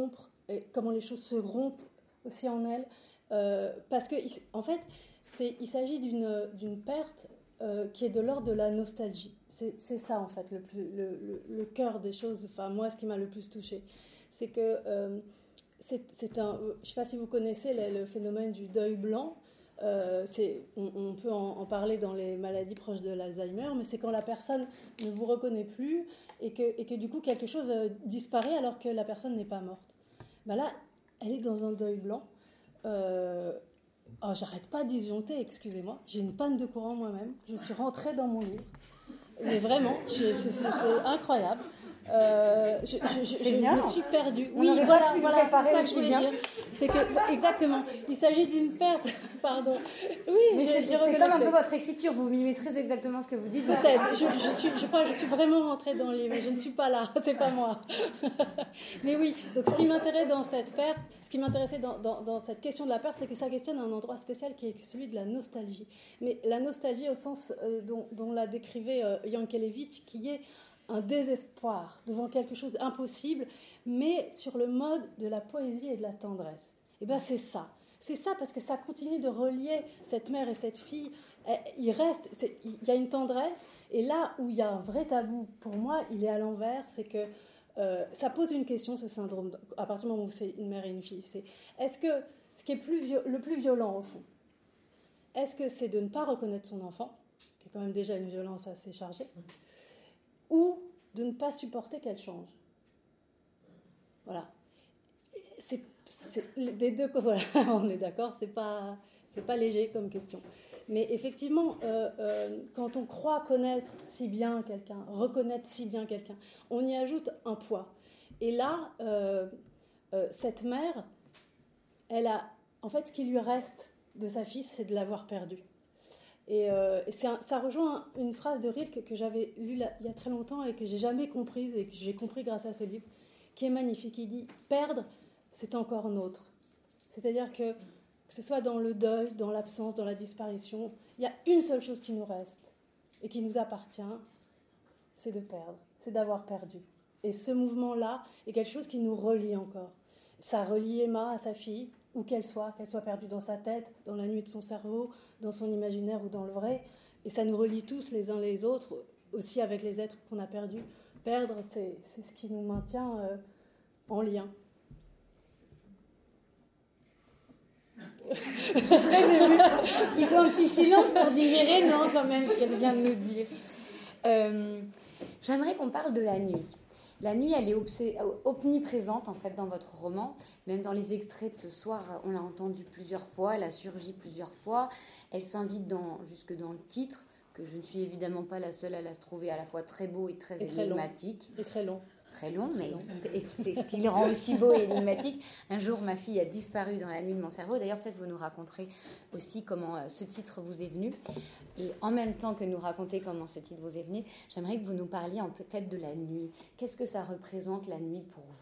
et comment les choses se rompent aussi en elle. Euh, parce que, en fait, c'est, il s'agit d'une, d'une perte euh, qui est de l'ordre de la nostalgie. C'est, c'est ça, en fait, le, plus, le, le, le cœur des choses. Enfin, moi, ce qui m'a le plus touchée, c'est que euh, c'est, c'est un... Je ne sais pas si vous connaissez le, le phénomène du deuil blanc. Euh, c'est, on, on peut en, en parler dans les maladies proches de l'Alzheimer, mais c'est quand la personne ne vous reconnaît plus et que, et que du coup, quelque chose euh, disparaît alors que la personne n'est pas morte. Ben là, elle est dans un deuil blanc. Euh, oh, j'arrête pas de disjoncter, excusez-moi. J'ai une panne de courant moi-même. Je suis rentrée dans mon livre. Mais vraiment, je, c'est, c'est, c'est incroyable. Euh, je, je, je, je me suis perdue. Oui, voilà, voilà, c'est ça que je voulais bien. dire. C'est que, exactement, il s'agit d'une perte. Pardon. Oui, mais je, c'est, je c'est comme un peu votre écriture. Vous m'y maîtrisez exactement ce que vous dites. Peut-être. Je, je, suis, je crois que je suis vraiment rentrée dans le livre. Je ne suis pas là. C'est pas moi. Mais oui. Donc, ce qui m'intéressait dans cette perte, ce qui m'intéressait dans, dans, dans cette question de la perte, c'est que ça questionne un endroit spécial qui est celui de la nostalgie. Mais la nostalgie au sens euh, dont, dont l'a décrivait euh, Yankelevitch, qui est un désespoir devant quelque chose d'impossible, mais sur le mode de la poésie et de la tendresse. Et bien, c'est ça. C'est ça parce que ça continue de relier cette mère et cette fille. Il reste, c'est, il y a une tendresse, et là où il y a un vrai tabou, pour moi, il est à l'envers, c'est que euh, ça pose une question, ce syndrome, à partir du moment où c'est une mère et une fille. C'est, est-ce que ce qui est plus viol, le plus violent au fond, est-ce que c'est de ne pas reconnaître son enfant, qui est quand même déjà une violence assez chargée, ou de ne pas supporter qu'elle change. Voilà. C'est, c'est, des deux, voilà, on est d'accord, c'est pas, c'est pas léger comme question. Mais effectivement, euh, euh, quand on croit connaître si bien quelqu'un, reconnaître si bien quelqu'un, on y ajoute un poids. Et là, euh, euh, cette mère, elle a, en fait, ce qui lui reste de sa fille, c'est de l'avoir perdue. Et, euh, et c'est un, ça rejoint une phrase de Rilke que j'avais lue là, il y a très longtemps et que j'ai jamais comprise et que j'ai compris grâce à ce livre, qui est magnifique. Il dit « Perdre, c'est encore nôtre ». C'est-à-dire que, que ce soit dans le deuil, dans l'absence, dans la disparition, il y a une seule chose qui nous reste et qui nous appartient, c'est de perdre, c'est d'avoir perdu. Et ce mouvement-là est quelque chose qui nous relie encore. Ça relie Emma à sa fille, où qu'elle soit, qu'elle soit perdue dans sa tête, dans la nuit de son cerveau, dans son imaginaire ou dans le vrai. Et ça nous relie tous les uns les autres, aussi avec les êtres qu'on a perdus. Perdre, c'est, c'est ce qui nous maintient euh, en lien. Je suis très émue. Il faut un petit silence pour digérer, non, quand même, ce qu'elle vient de nous dire. Euh, j'aimerais qu'on parle de la nuit. La nuit, elle est obsé- omniprésente en fait dans votre roman. Même dans les extraits de ce soir, on l'a entendue plusieurs fois, elle a surgi plusieurs fois. Elle s'invite dans, jusque dans le titre, que je ne suis évidemment pas la seule à la trouver à la fois très beau et très et énigmatique. Et très long. Très long, mais c'est, c'est ce qui le rend aussi beau et énigmatique. Un jour, ma fille a disparu dans la nuit de mon cerveau. D'ailleurs, peut-être vous nous raconterez aussi comment euh, ce titre vous est venu. Et en même temps que nous raconter comment ce titre vous est venu, j'aimerais que vous nous parliez en peut-être de la nuit. Qu'est-ce que ça représente la nuit pour vous ?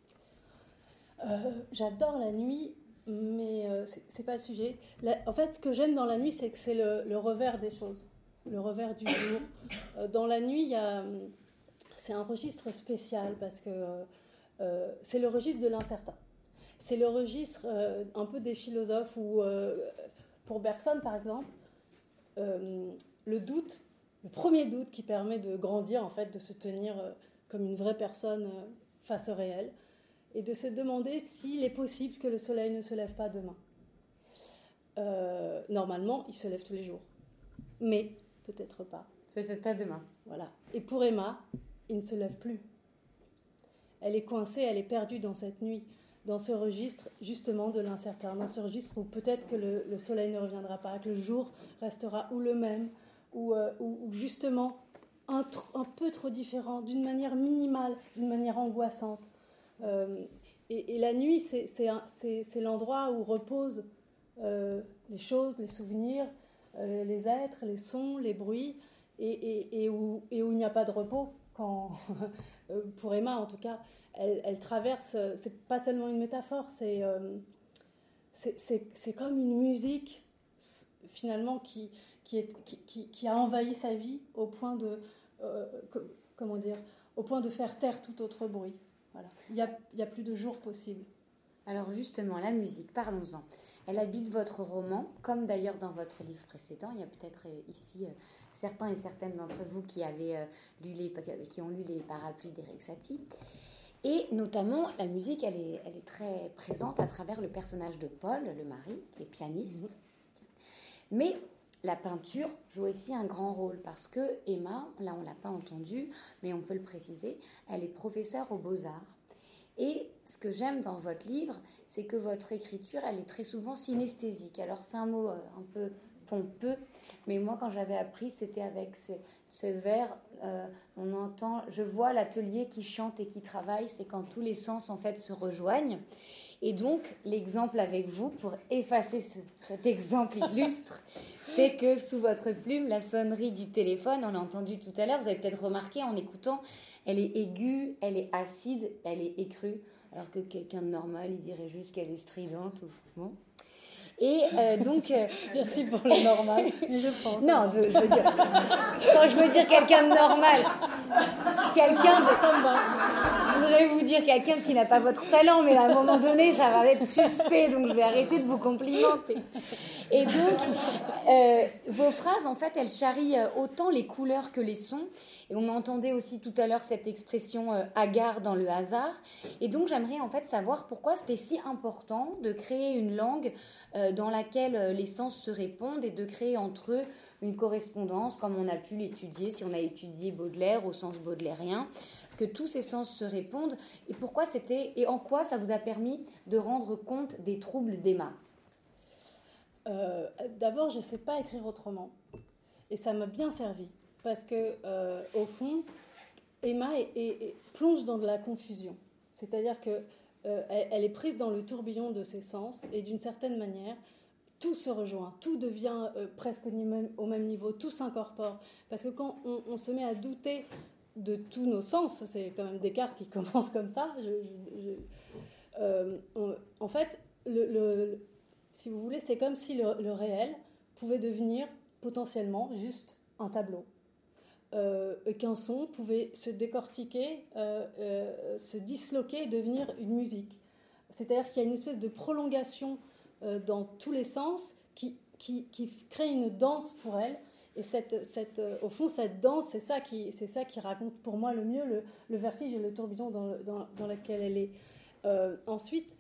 euh, J'adore la nuit, mais euh, c'est, c'est pas le sujet. La, en fait, ce que j'aime dans la nuit, c'est que c'est le, le revers des choses, le revers du jour. Euh, dans la nuit, il y a... C'est un registre spécial parce que euh, c'est le registre de l'incertain. C'est le registre euh, un peu des philosophes où, euh, pour Bergson par exemple, euh, le doute, le premier doute qui permet de grandir, en fait, de se tenir euh, comme une vraie personne euh, face au réel et de se demander s'il est possible que le soleil ne se lève pas demain. Euh, normalement, il se lève tous les jours, mais peut-être pas. Peut-être pas demain. Voilà. Et pour Emma, il ne se lève plus. Elle est coincée, elle est perdue dans cette nuit, dans ce registre justement de l'incertain, dans ce registre où peut-être que le, le soleil ne reviendra pas, que le jour restera ou le même, ou, euh, ou, ou justement un, tr- un peu trop différent, d'une manière minimale, d'une manière angoissante. Euh, et, et la nuit, c'est, c'est, un, c'est, c'est l'endroit où reposent euh, les choses, les souvenirs, euh, les êtres, les sons, les bruits, et, et, et, où, et où il n'y a pas de repos. Quand, pour Emma en tout cas, elle, elle traverse, c'est pas seulement une métaphore, c'est, euh, c'est, c'est, c'est comme une musique finalement qui, qui, est, qui, qui, qui a envahi sa vie au point de, euh, que, comment dire, au point de faire taire tout autre bruit. Voilà. Il n'y a, il y a plus de jour possible. Alors justement, la musique, parlons-en. Elle habite votre roman, comme d'ailleurs dans votre livre précédent. Il y a peut-être euh, ici euh, certains et certaines d'entre vous qui, avaient, euh, lu les, qui ont lu Les Parapluies d'Erik Satie. Et notamment, la musique, elle est, elle est très présente à travers le personnage de Paul, le mari, qui est pianiste. Mais la peinture joue aussi un grand rôle parce que Emma, là on ne l'a pas entendu, mais on peut le préciser, elle est professeure aux Beaux-Arts. Et ce que j'aime dans votre livre, c'est que votre écriture, elle est très souvent synesthésique. Alors c'est un mot un peu pompeux, mais moi quand j'avais appris, c'était avec ce, ce vers, euh, on entend, je vois l'atelier qui chante et qui travaille, c'est quand tous les sens en fait se rejoignent. Et donc l'exemple avec vous, pour effacer ce, cet exemple illustre, c'est que sous votre plume, la sonnerie du téléphone, on l'a entendu tout à l'heure, vous avez peut-être remarqué en écoutant, elle est aiguë, elle est acide, elle est écrue, alors que quelqu'un de normal, il dirait juste qu'elle est stridente. Ou... Bon. Et euh, donc... Euh... Merci pour le normal, mais je pense... Non, de, je veux dire... Quand je veux dire quelqu'un de normal, quelqu'un de... Ça me va. Je voudrais vous dire quelqu'un qui n'a pas votre talent, mais à un moment donné, ça va être suspect, donc je vais arrêter de vous complimenter. Et donc, euh, vos phrases, en fait, elles charrient autant les couleurs que les sons. Et on entendait aussi tout à l'heure cette expression euh, hagard dans le hasard. Et donc, j'aimerais en fait savoir pourquoi c'était si important de créer une langue euh, dans laquelle euh, les sens se répondent et de créer entre eux une correspondance, comme on a pu l'étudier, si on a étudié Baudelaire au sens baudelairien, que tous ces sens se répondent. Et pourquoi c'était, et en quoi ça vous a permis de rendre compte des troubles d'Emma ? euh, D'abord, je ne sais pas écrire autrement. Et ça m'a bien servi. Parce que, euh, au fond, Emma est, est, est, plonge dans de la confusion. C'est-à-dire qu'elle euh, elle est prise dans le tourbillon de ses sens et d'une certaine manière, tout se rejoint, tout devient euh, presque au même, au même niveau, tout s'incorpore. Parce que quand on, on se met à douter de tous nos sens, c'est quand même Descartes qui commence comme ça, je, je, je, euh, on, en fait, le, le, si vous voulez, c'est comme si le, le réel pouvait devenir potentiellement juste un tableau. Euh, qu'un son pouvait se décortiquer, euh, euh, se disloquer et devenir une musique. C'est-à-dire qu'il y a une espèce de prolongation euh, dans tous les sens qui, qui, qui crée une danse pour elle. Et cette, cette, euh, au fond, cette danse, c'est ça, qui, c'est ça qui raconte pour moi le mieux le, le vertige et le tourbillon dans, le, dans, dans lequel elle est. Euh, ensuite,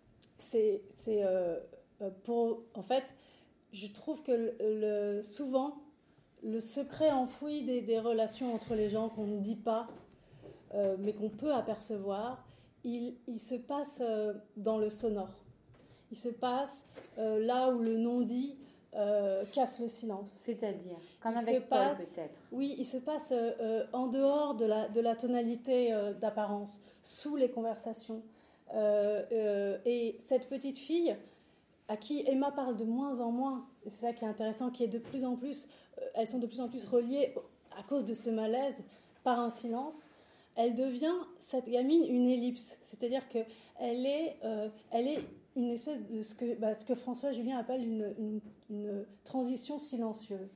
c'est, c'est euh, pour... En fait, je trouve que le, le, souvent... le secret enfoui des, des relations entre les gens qu'on ne dit pas, euh, mais qu'on peut apercevoir, il, il se passe euh, dans le sonore. Il se passe euh, là où le non-dit euh, casse le silence. C'est-à-dire, comme il avec Paul passe, peut-être. Oui, il se passe euh, en dehors de la, de la tonalité euh, d'apparence, sous les conversations. Euh, euh, et cette petite fille, à qui Emma parle de moins en moins, et c'est ça qui est intéressant, qui est de plus en plus... elles sont de plus en plus reliées à cause de ce malaise par un silence. Elle devient, cette gamine, une ellipse. C'est-à-dire qu'elle est, euh, elle est une espèce de ce que, bah, ce que François Julien appelle une, une, une transition silencieuse.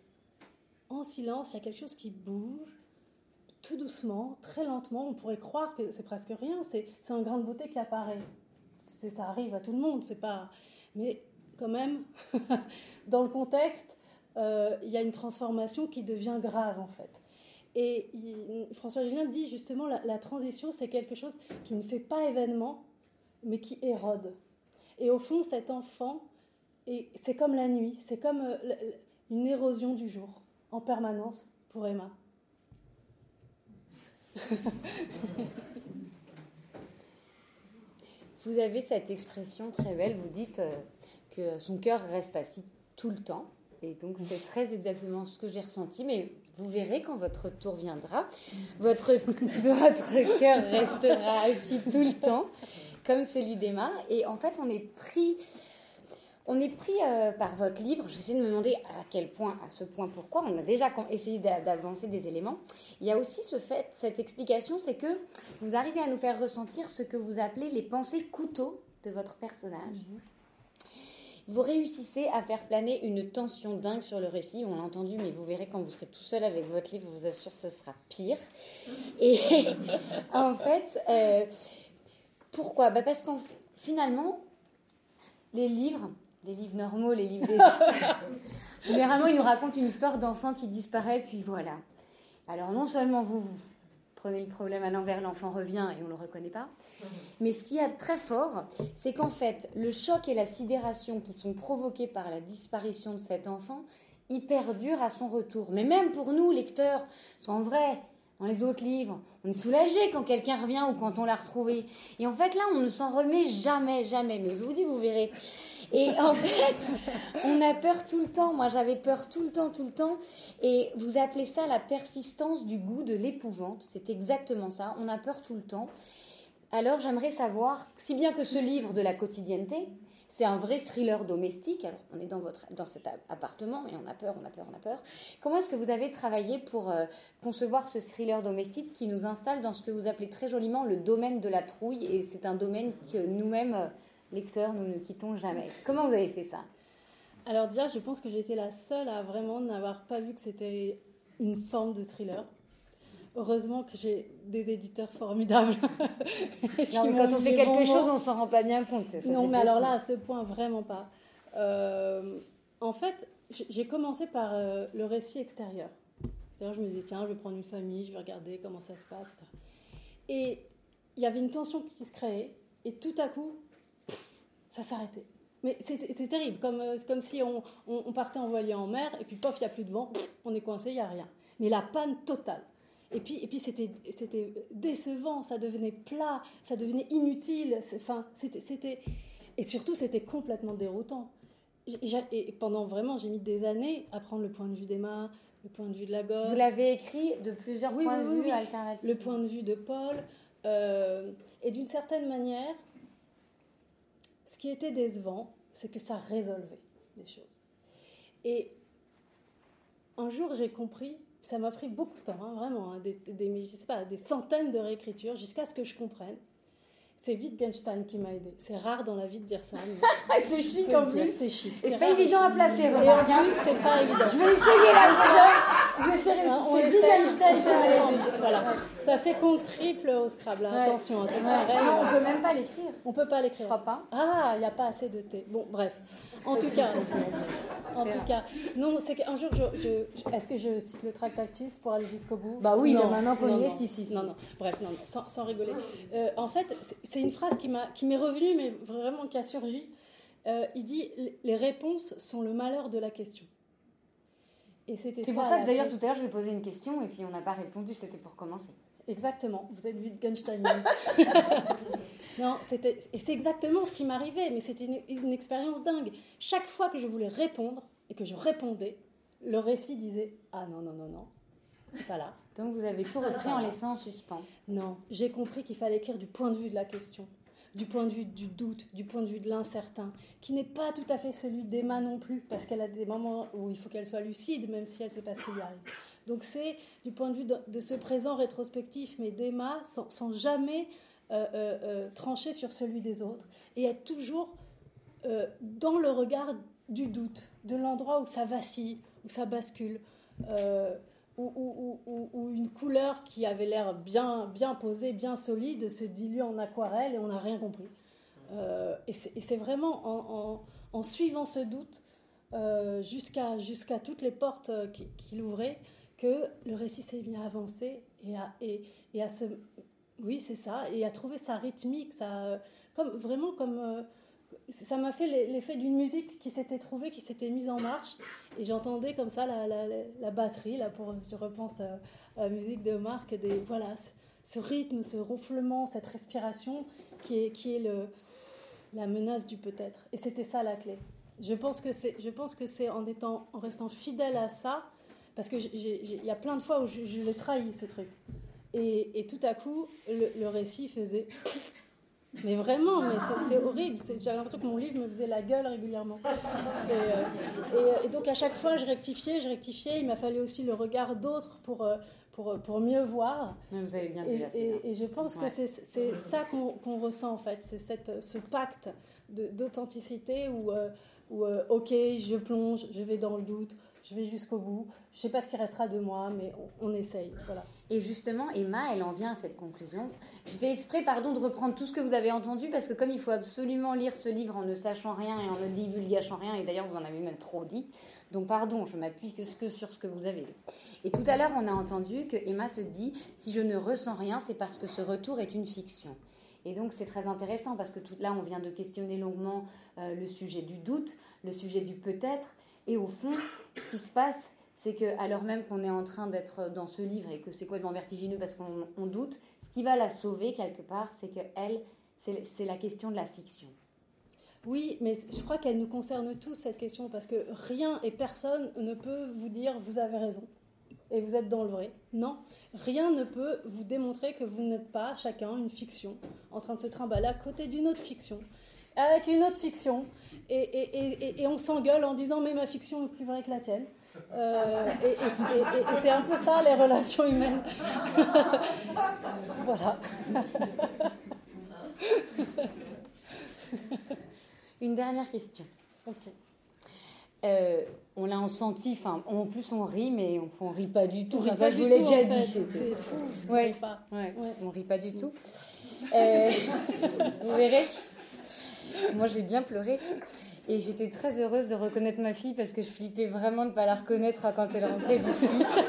En silence, il y a quelque chose qui bouge, tout doucement, très lentement. On pourrait croire que c'est presque rien. C'est, c'est un grain de beauté qui apparaît. C'est, ça arrive à tout le monde. C'est pas... Mais quand même, dans le contexte, Euh, il y a une transformation qui devient grave, en fait. Et il, François Julien dit justement la, la transition, c'est quelque chose qui ne fait pas événement, mais qui érode. Et au fond, cet enfant, et c'est comme la nuit, c'est comme euh, une érosion du jour, en permanence, pour Emma. Vous avez cette expression très belle, vous dites euh, que son cœur reste assis tout le temps. Et donc, c'est très exactement ce que j'ai ressenti. Mais vous verrez quand votre tour viendra, votre, votre cœur restera assis tout le temps, comme celui d'Emma. Et en fait, on est pris, on est pris euh, par votre livre. J'essaie de me demander à quel point, à ce point, pourquoi. On a déjà essayé d'avancer des éléments. Il y a aussi ce fait, cette explication, c'est que vous arrivez à nous faire ressentir ce que vous appelez les pensées couteaux de votre personnage. Mmh. Vous réussissez à faire planer une tension dingue sur le récit. On l'a entendu, mais vous verrez quand vous serez tout seul avec votre livre, je vous assure, ce sera pire. Et en fait, euh, pourquoi ? Bah parce qu'en finalement, les livres, les livres normaux, les livres des... généralement, ils nous racontent une histoire d'enfant qui disparaît, puis voilà. Alors, non seulement vous, vous prenez le problème à l'envers, l'enfant revient et on ne le reconnaît pas, mais ce qu'il y a de très fort, c'est qu'en fait, le choc et la sidération qui sont provoqués par la disparition de cet enfant, ils perdurent à son retour. Mais même pour nous, lecteurs, parce qu'en vrai, dans les autres livres, on est soulagé quand quelqu'un revient ou quand on l'a retrouvé. Et en fait, là, on ne s'en remet jamais, jamais. Mais je vous dis, vous verrez. Et en fait, on a peur tout le temps. Moi, j'avais peur tout le temps, tout le temps. Et vous appelez ça la persistance du goût de l'épouvante. C'est exactement ça. On a peur tout le temps. Alors, j'aimerais savoir, si bien que ce livre de la quotidienneté, c'est un vrai thriller domestique. Alors, on est dans, votre, dans cet appartement et on a peur, on a peur, on a peur. Comment est-ce que vous avez travaillé pour euh, concevoir ce thriller domestique qui nous installe dans ce que vous appelez très joliment le domaine de la trouille? Et c'est un domaine que nous-mêmes, euh, lecteurs, nous ne quittons jamais. Comment vous avez fait ça? Alors déjà, je pense que j'ai été la seule à vraiment n'avoir pas vu que c'était une forme de thriller. Heureusement que j'ai des éditeurs formidables. Non, mais quand on fait quelque chose, on ne s'en rend pas bien compte. Ça, non, mais alors là, à ce point, vraiment pas. Euh, en fait, j'ai commencé par euh, le récit extérieur. C'est-à-dire, je me disais, tiens, je vais prendre une famille, je vais regarder comment ça se passe, et cetera. Et il y avait une tension qui se créait, et tout à coup, pff, ça s'arrêtait. Mais c'est, c'est terrible, comme, c'est comme si on, on, on partait en voilier en mer, et puis pof, il n'y a plus de vent, pff, on est coincé, il n'y a rien. Mais la panne totale. Et puis, et puis c'était, c'était décevant, ça devenait plat, ça devenait inutile. C'est, enfin, c'était, c'était... Et surtout, c'était complètement déroutant. J'ai, et pendant vraiment, j'ai mis des années à prendre le point de vue d'Emma, le point de vue de la gosse. Vous l'avez écrit de plusieurs oui, points oui, de oui, vue oui. alternatifs. Le point de vue de Paul. Euh, et d'une certaine manière, ce qui était décevant, c'est que ça résolvait des choses. Et un jour, j'ai compris... Ça m'a pris beaucoup de temps, hein, vraiment, hein, des, des, je sais pas, des centaines de réécritures jusqu'à ce que je comprenne. C'est Wittgenstein qui m'a aidée. C'est rare dans la vie de dire ça. Mais c'est chic en plus. C'est chic. C'est, c'est pas évident à placer, et remarque. Et en plus, c'est pas évident. Je vais essayer là déjà. Je vais essayer. Hein, c'est Wittgenstein qui m'a aidée. Voilà. Ça fait compte triple au Scrabble. Hein. Ouais. Attention, un truc pareil. Non, on peut même pas l'écrire. On peut pas l'écrire. Je crois pas. Ah, il n'y a pas assez de thé. Bon, bref. En tout cas, en tout cas, non, c'est qu'un jour, je, je, est-ce que je cite le Tractatus pour aller jusqu'au bout? Bah oui, non, maintenant qu'on y est, non, si, si, si. Non, non, bref, non, non, sans, sans rigoler. Euh, en fait, c'est, c'est une phrase qui, m'a, qui m'est revenue, mais vraiment qui a surgi. Euh, il dit, les réponses sont le malheur de la question. Et c'était c'est ça, pour ça que d'ailleurs, clé. tout à l'heure, je lui ai posé une question et puis on n'a pas répondu, c'était pour commencer. Exactement, vous êtes Wittgenstein. Non, c'était, et c'est exactement ce qui m'arrivait, mais c'était une, une expérience dingue. Chaque fois que je voulais répondre et que je répondais, le récit disait « Ah non, non, non, non, c'est pas là. » Donc vous avez tout repris en laissant en suspens. Non, j'ai compris qu'il fallait écrire du point de vue de la question, du point de vue du doute, du point de vue de l'incertain, qui n'est pas tout à fait celui d'Emma non plus, parce qu'elle a des moments où il faut qu'elle soit lucide, même si elle ne sait pas ce qui lui arrive. Donc c'est du point de vue de, de ce présent rétrospectif, mais d'Emma, sans, sans jamais euh, euh, euh, trancher sur celui des autres, et être toujours euh, dans le regard du doute, de l'endroit où ça vacille, où ça bascule, euh, où, où, où, où une couleur qui avait l'air bien, bien posée, bien solide, se dilue en aquarelle et on n'a rien compris. Euh, et, c'est, et c'est vraiment en, en, en suivant ce doute euh, jusqu'à, jusqu'à toutes les portes qu'il, qu'il ouvrait, que le récit s'est mis à avancer et à, et, et à se... Oui, c'est ça, et à trouver sa rythmique, ça, comme, vraiment comme... Euh, ça m'a fait l'effet d'une musique qui s'était trouvée, qui s'était mise en marche, et j'entendais comme ça la, la, la batterie, là, pour, je repense à, à la musique de Marc, des, voilà, ce, ce rythme, ce ronflement, cette respiration qui est, qui est le, la menace du peut-être. Et c'était ça la clé. Je pense que c'est, je pense que c'est en, étant, en restant fidèle à ça, parce qu'il y a plein de fois où je, je l'ai trahi, ce truc. Et, et tout à coup, le, le récit faisait... Mais vraiment, mais c'est, c'est horrible. C'est, j'ai l'impression que mon livre me faisait la gueule régulièrement. C'est, euh, et, et donc à chaque fois, je rectifiais, je rectifiais. Il m'a fallu aussi le regard d'autres pour, pour, pour mieux voir. Mais vous avez bien et, vu là, c'est et, bien. et je pense ouais. que c'est, c'est ça qu'on, qu'on ressent en fait. C'est cette, ce pacte de, d'authenticité où, euh, où euh, ok, je plonge, je vais dans le doute, je vais jusqu'au bout. Je ne sais pas ce qui restera de moi, mais on, on essaye. Voilà. Et justement, Emma, elle en vient à cette conclusion. Je fais exprès, pardon, de reprendre tout ce que vous avez entendu, parce que comme il faut absolument lire ce livre en ne sachant rien et en ne divulgachant rien, et d'ailleurs vous en avez même trop dit, donc pardon, je m'appuie que, que sur ce que vous avez lu. Et tout à l'heure, on a entendu que Emma se dit « Si je ne ressens rien, c'est parce que ce retour est une fiction ». Et donc c'est très intéressant, parce que tout là, on vient de questionner longuement euh, le sujet du doute, le sujet du peut-être, et au fond, ce qui se passe, c'est que alors même qu'on est en train d'être dans ce livre et que c'est complètement vertigineux parce qu'on on doute, ce qui va la sauver quelque part, c'est que elle, c'est, c'est la question de la fiction. Oui, mais je crois qu'elle nous concerne tous, cette question, parce que rien et personne ne peut vous dire « vous avez raison » et vous êtes dans le vrai. Non, rien ne peut vous démontrer que vous n'êtes pas chacun une fiction en train de se trimballer à côté d'une autre fiction, avec une autre fiction, et, et, et, et on s'engueule en disant « mais ma fiction est plus vraie que la tienne ». Euh, et, et, et, et, et c'est un peu ça les relations humaines. Voilà. Une dernière question. Okay. Euh, on l'a senti, enfin, en plus on rit, mais on, on rit pas du tout. On enfin, rit ça, pas je du vous l'ai tout, déjà en fait. dit. C'était... C'est fou. C'est ouais. pas. Ouais. Ouais. On rit pas du tout. Euh, vous verrez. Moi, j'ai bien pleuré. Et j'étais très heureuse de reconnaître ma fille parce que je flippais vraiment de ne pas la reconnaître quand elle rentrait du ski.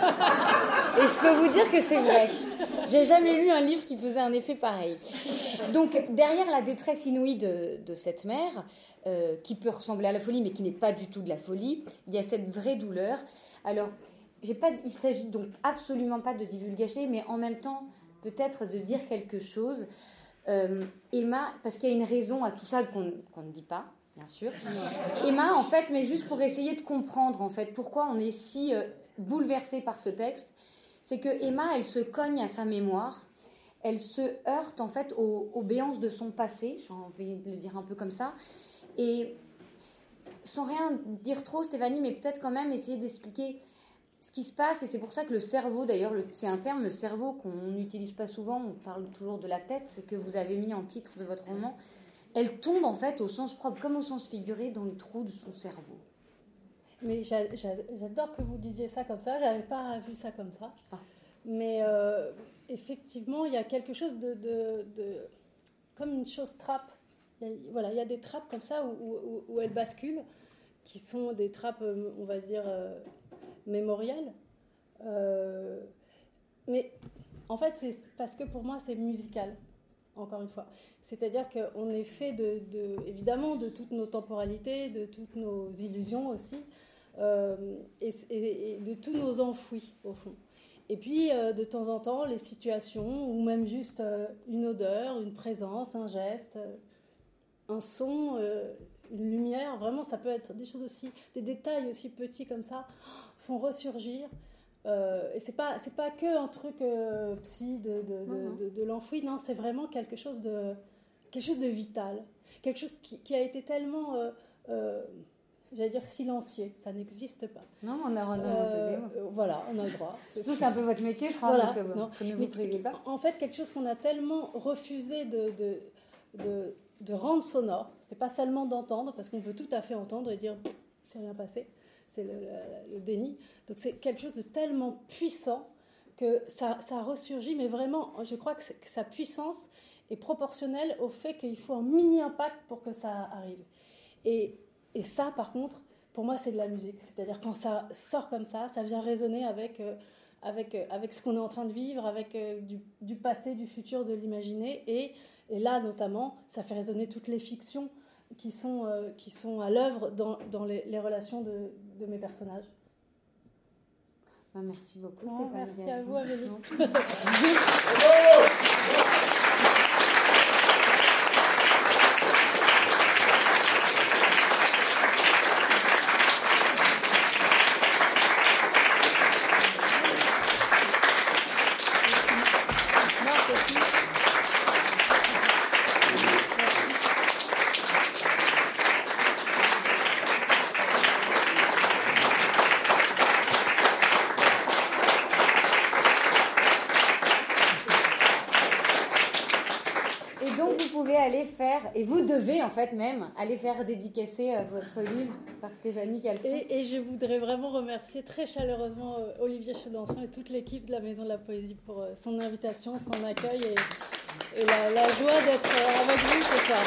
Et je peux vous dire que c'est vrai. J'ai jamais lu un livre qui faisait un effet pareil. Donc, derrière la détresse inouïe de, de cette mère, euh, qui peut ressembler à la folie, mais qui n'est pas du tout de la folie, il y a cette vraie douleur. Alors, j'ai pas, il s'agit donc absolument pas de divulgacher, mais en même temps, peut-être de dire quelque chose. Euh, Emma, parce qu'il y a une raison à tout ça qu'on, qu'on ne dit pas. Bien sûr. Emma, en fait, mais juste pour essayer de comprendre, en fait, pourquoi on est si euh, bouleversé par ce texte, c'est que Emma, elle se cogne à sa mémoire, elle se heurte, en fait, aux, aux béances de son passé, j'ai envie de le dire un peu comme ça, et sans rien dire trop, Stéphanie, mais peut-être quand même essayer d'expliquer ce qui se passe, et c'est pour ça que le cerveau, d'ailleurs, le, c'est un terme, le cerveau, qu'on n'utilise pas souvent, on parle toujours de la tête, c'est que vous avez mis en titre de votre roman. Elle tombe en fait au sens propre comme au sens figuré dans le trou de son cerveau. Mais j'a, j'a, j'adore que vous disiez ça comme ça. J'avais pas vu ça comme ça. Ah. Mais euh, effectivement, il y a quelque chose de, de, de comme une chose trappe. Il y a, voilà, il y a des trappes comme ça où, où, où elles basculent, qui sont des trappes, on va dire, euh, mémorielles. Euh, mais en fait, c'est parce que pour moi, c'est musical. Encore une fois. C'est-à-dire qu'on est fait, de, de, évidemment, de toutes nos temporalités, de toutes nos illusions aussi, euh, et, et, et de tous nos enfouis, au fond. Et puis, euh, de temps en temps, les situations, ou même juste euh, une odeur, une présence, un geste, euh, un son, euh, une lumière, vraiment, ça peut être des choses aussi, des détails aussi petits comme ça, font ressurgir. Euh, et c'est pas c'est pas que un truc euh, psy de de, de, de de l'enfoui, non, c'est vraiment quelque chose de quelque chose de vital, quelque chose qui, qui a été tellement euh, euh, j'allais dire silencieux, ça n'existe pas. Non, on a on a euh, euh, voilà, on a le droit. Surtout c'est un peu votre métier, je crois. Voilà, donc, non, ne vous mais, privez pas. En fait, quelque chose qu'on a tellement refusé de de de, de rendre sonore, c'est pas seulement d'entendre, parce qu'on peut tout à fait entendre et dire c'est rien passé. C'est le, le, le déni. Donc c'est quelque chose de tellement puissant que ça, ça ressurgit, mais vraiment, je crois que, que sa puissance est proportionnelle au fait qu'il faut un mini-impact pour que ça arrive. Et, et ça, par contre, pour moi, c'est de la musique. C'est-à-dire quand ça sort comme ça, ça vient résonner avec, euh, avec, euh, avec ce qu'on est en train de vivre, avec euh, du, du passé, du futur, de l'imaginer. Et, et là, notamment, ça fait résonner toutes les fictions qui sont, euh, qui sont à l'œuvre dans, dans les, les relations de, de mes personnages. Ah, merci beaucoup, oh, Stéphanie. Merci à vous, Amélie. vous pouvez aller faire, et vous devez en fait même, aller faire dédicacer euh, votre livre par Stéphanie Calfon. Et, et je voudrais vraiment remercier très chaleureusement euh, Olivier Chaudançon et toute l'équipe de la Maison de la Poésie pour euh, son invitation, son accueil et, et la, la joie d'être euh, avec vous ce soir.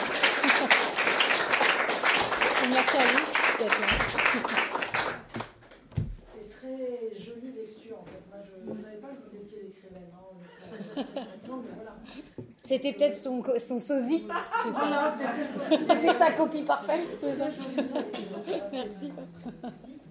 Merci à vous d'être là. Et très jolie lecture en fait. Moi je ne savais pas que vous étiez écrivaine. Hein. Non, mais voilà. C'était peut-être son, son sosie. C'est voilà, C'était sa copie parfaite. Très jolie. Merci.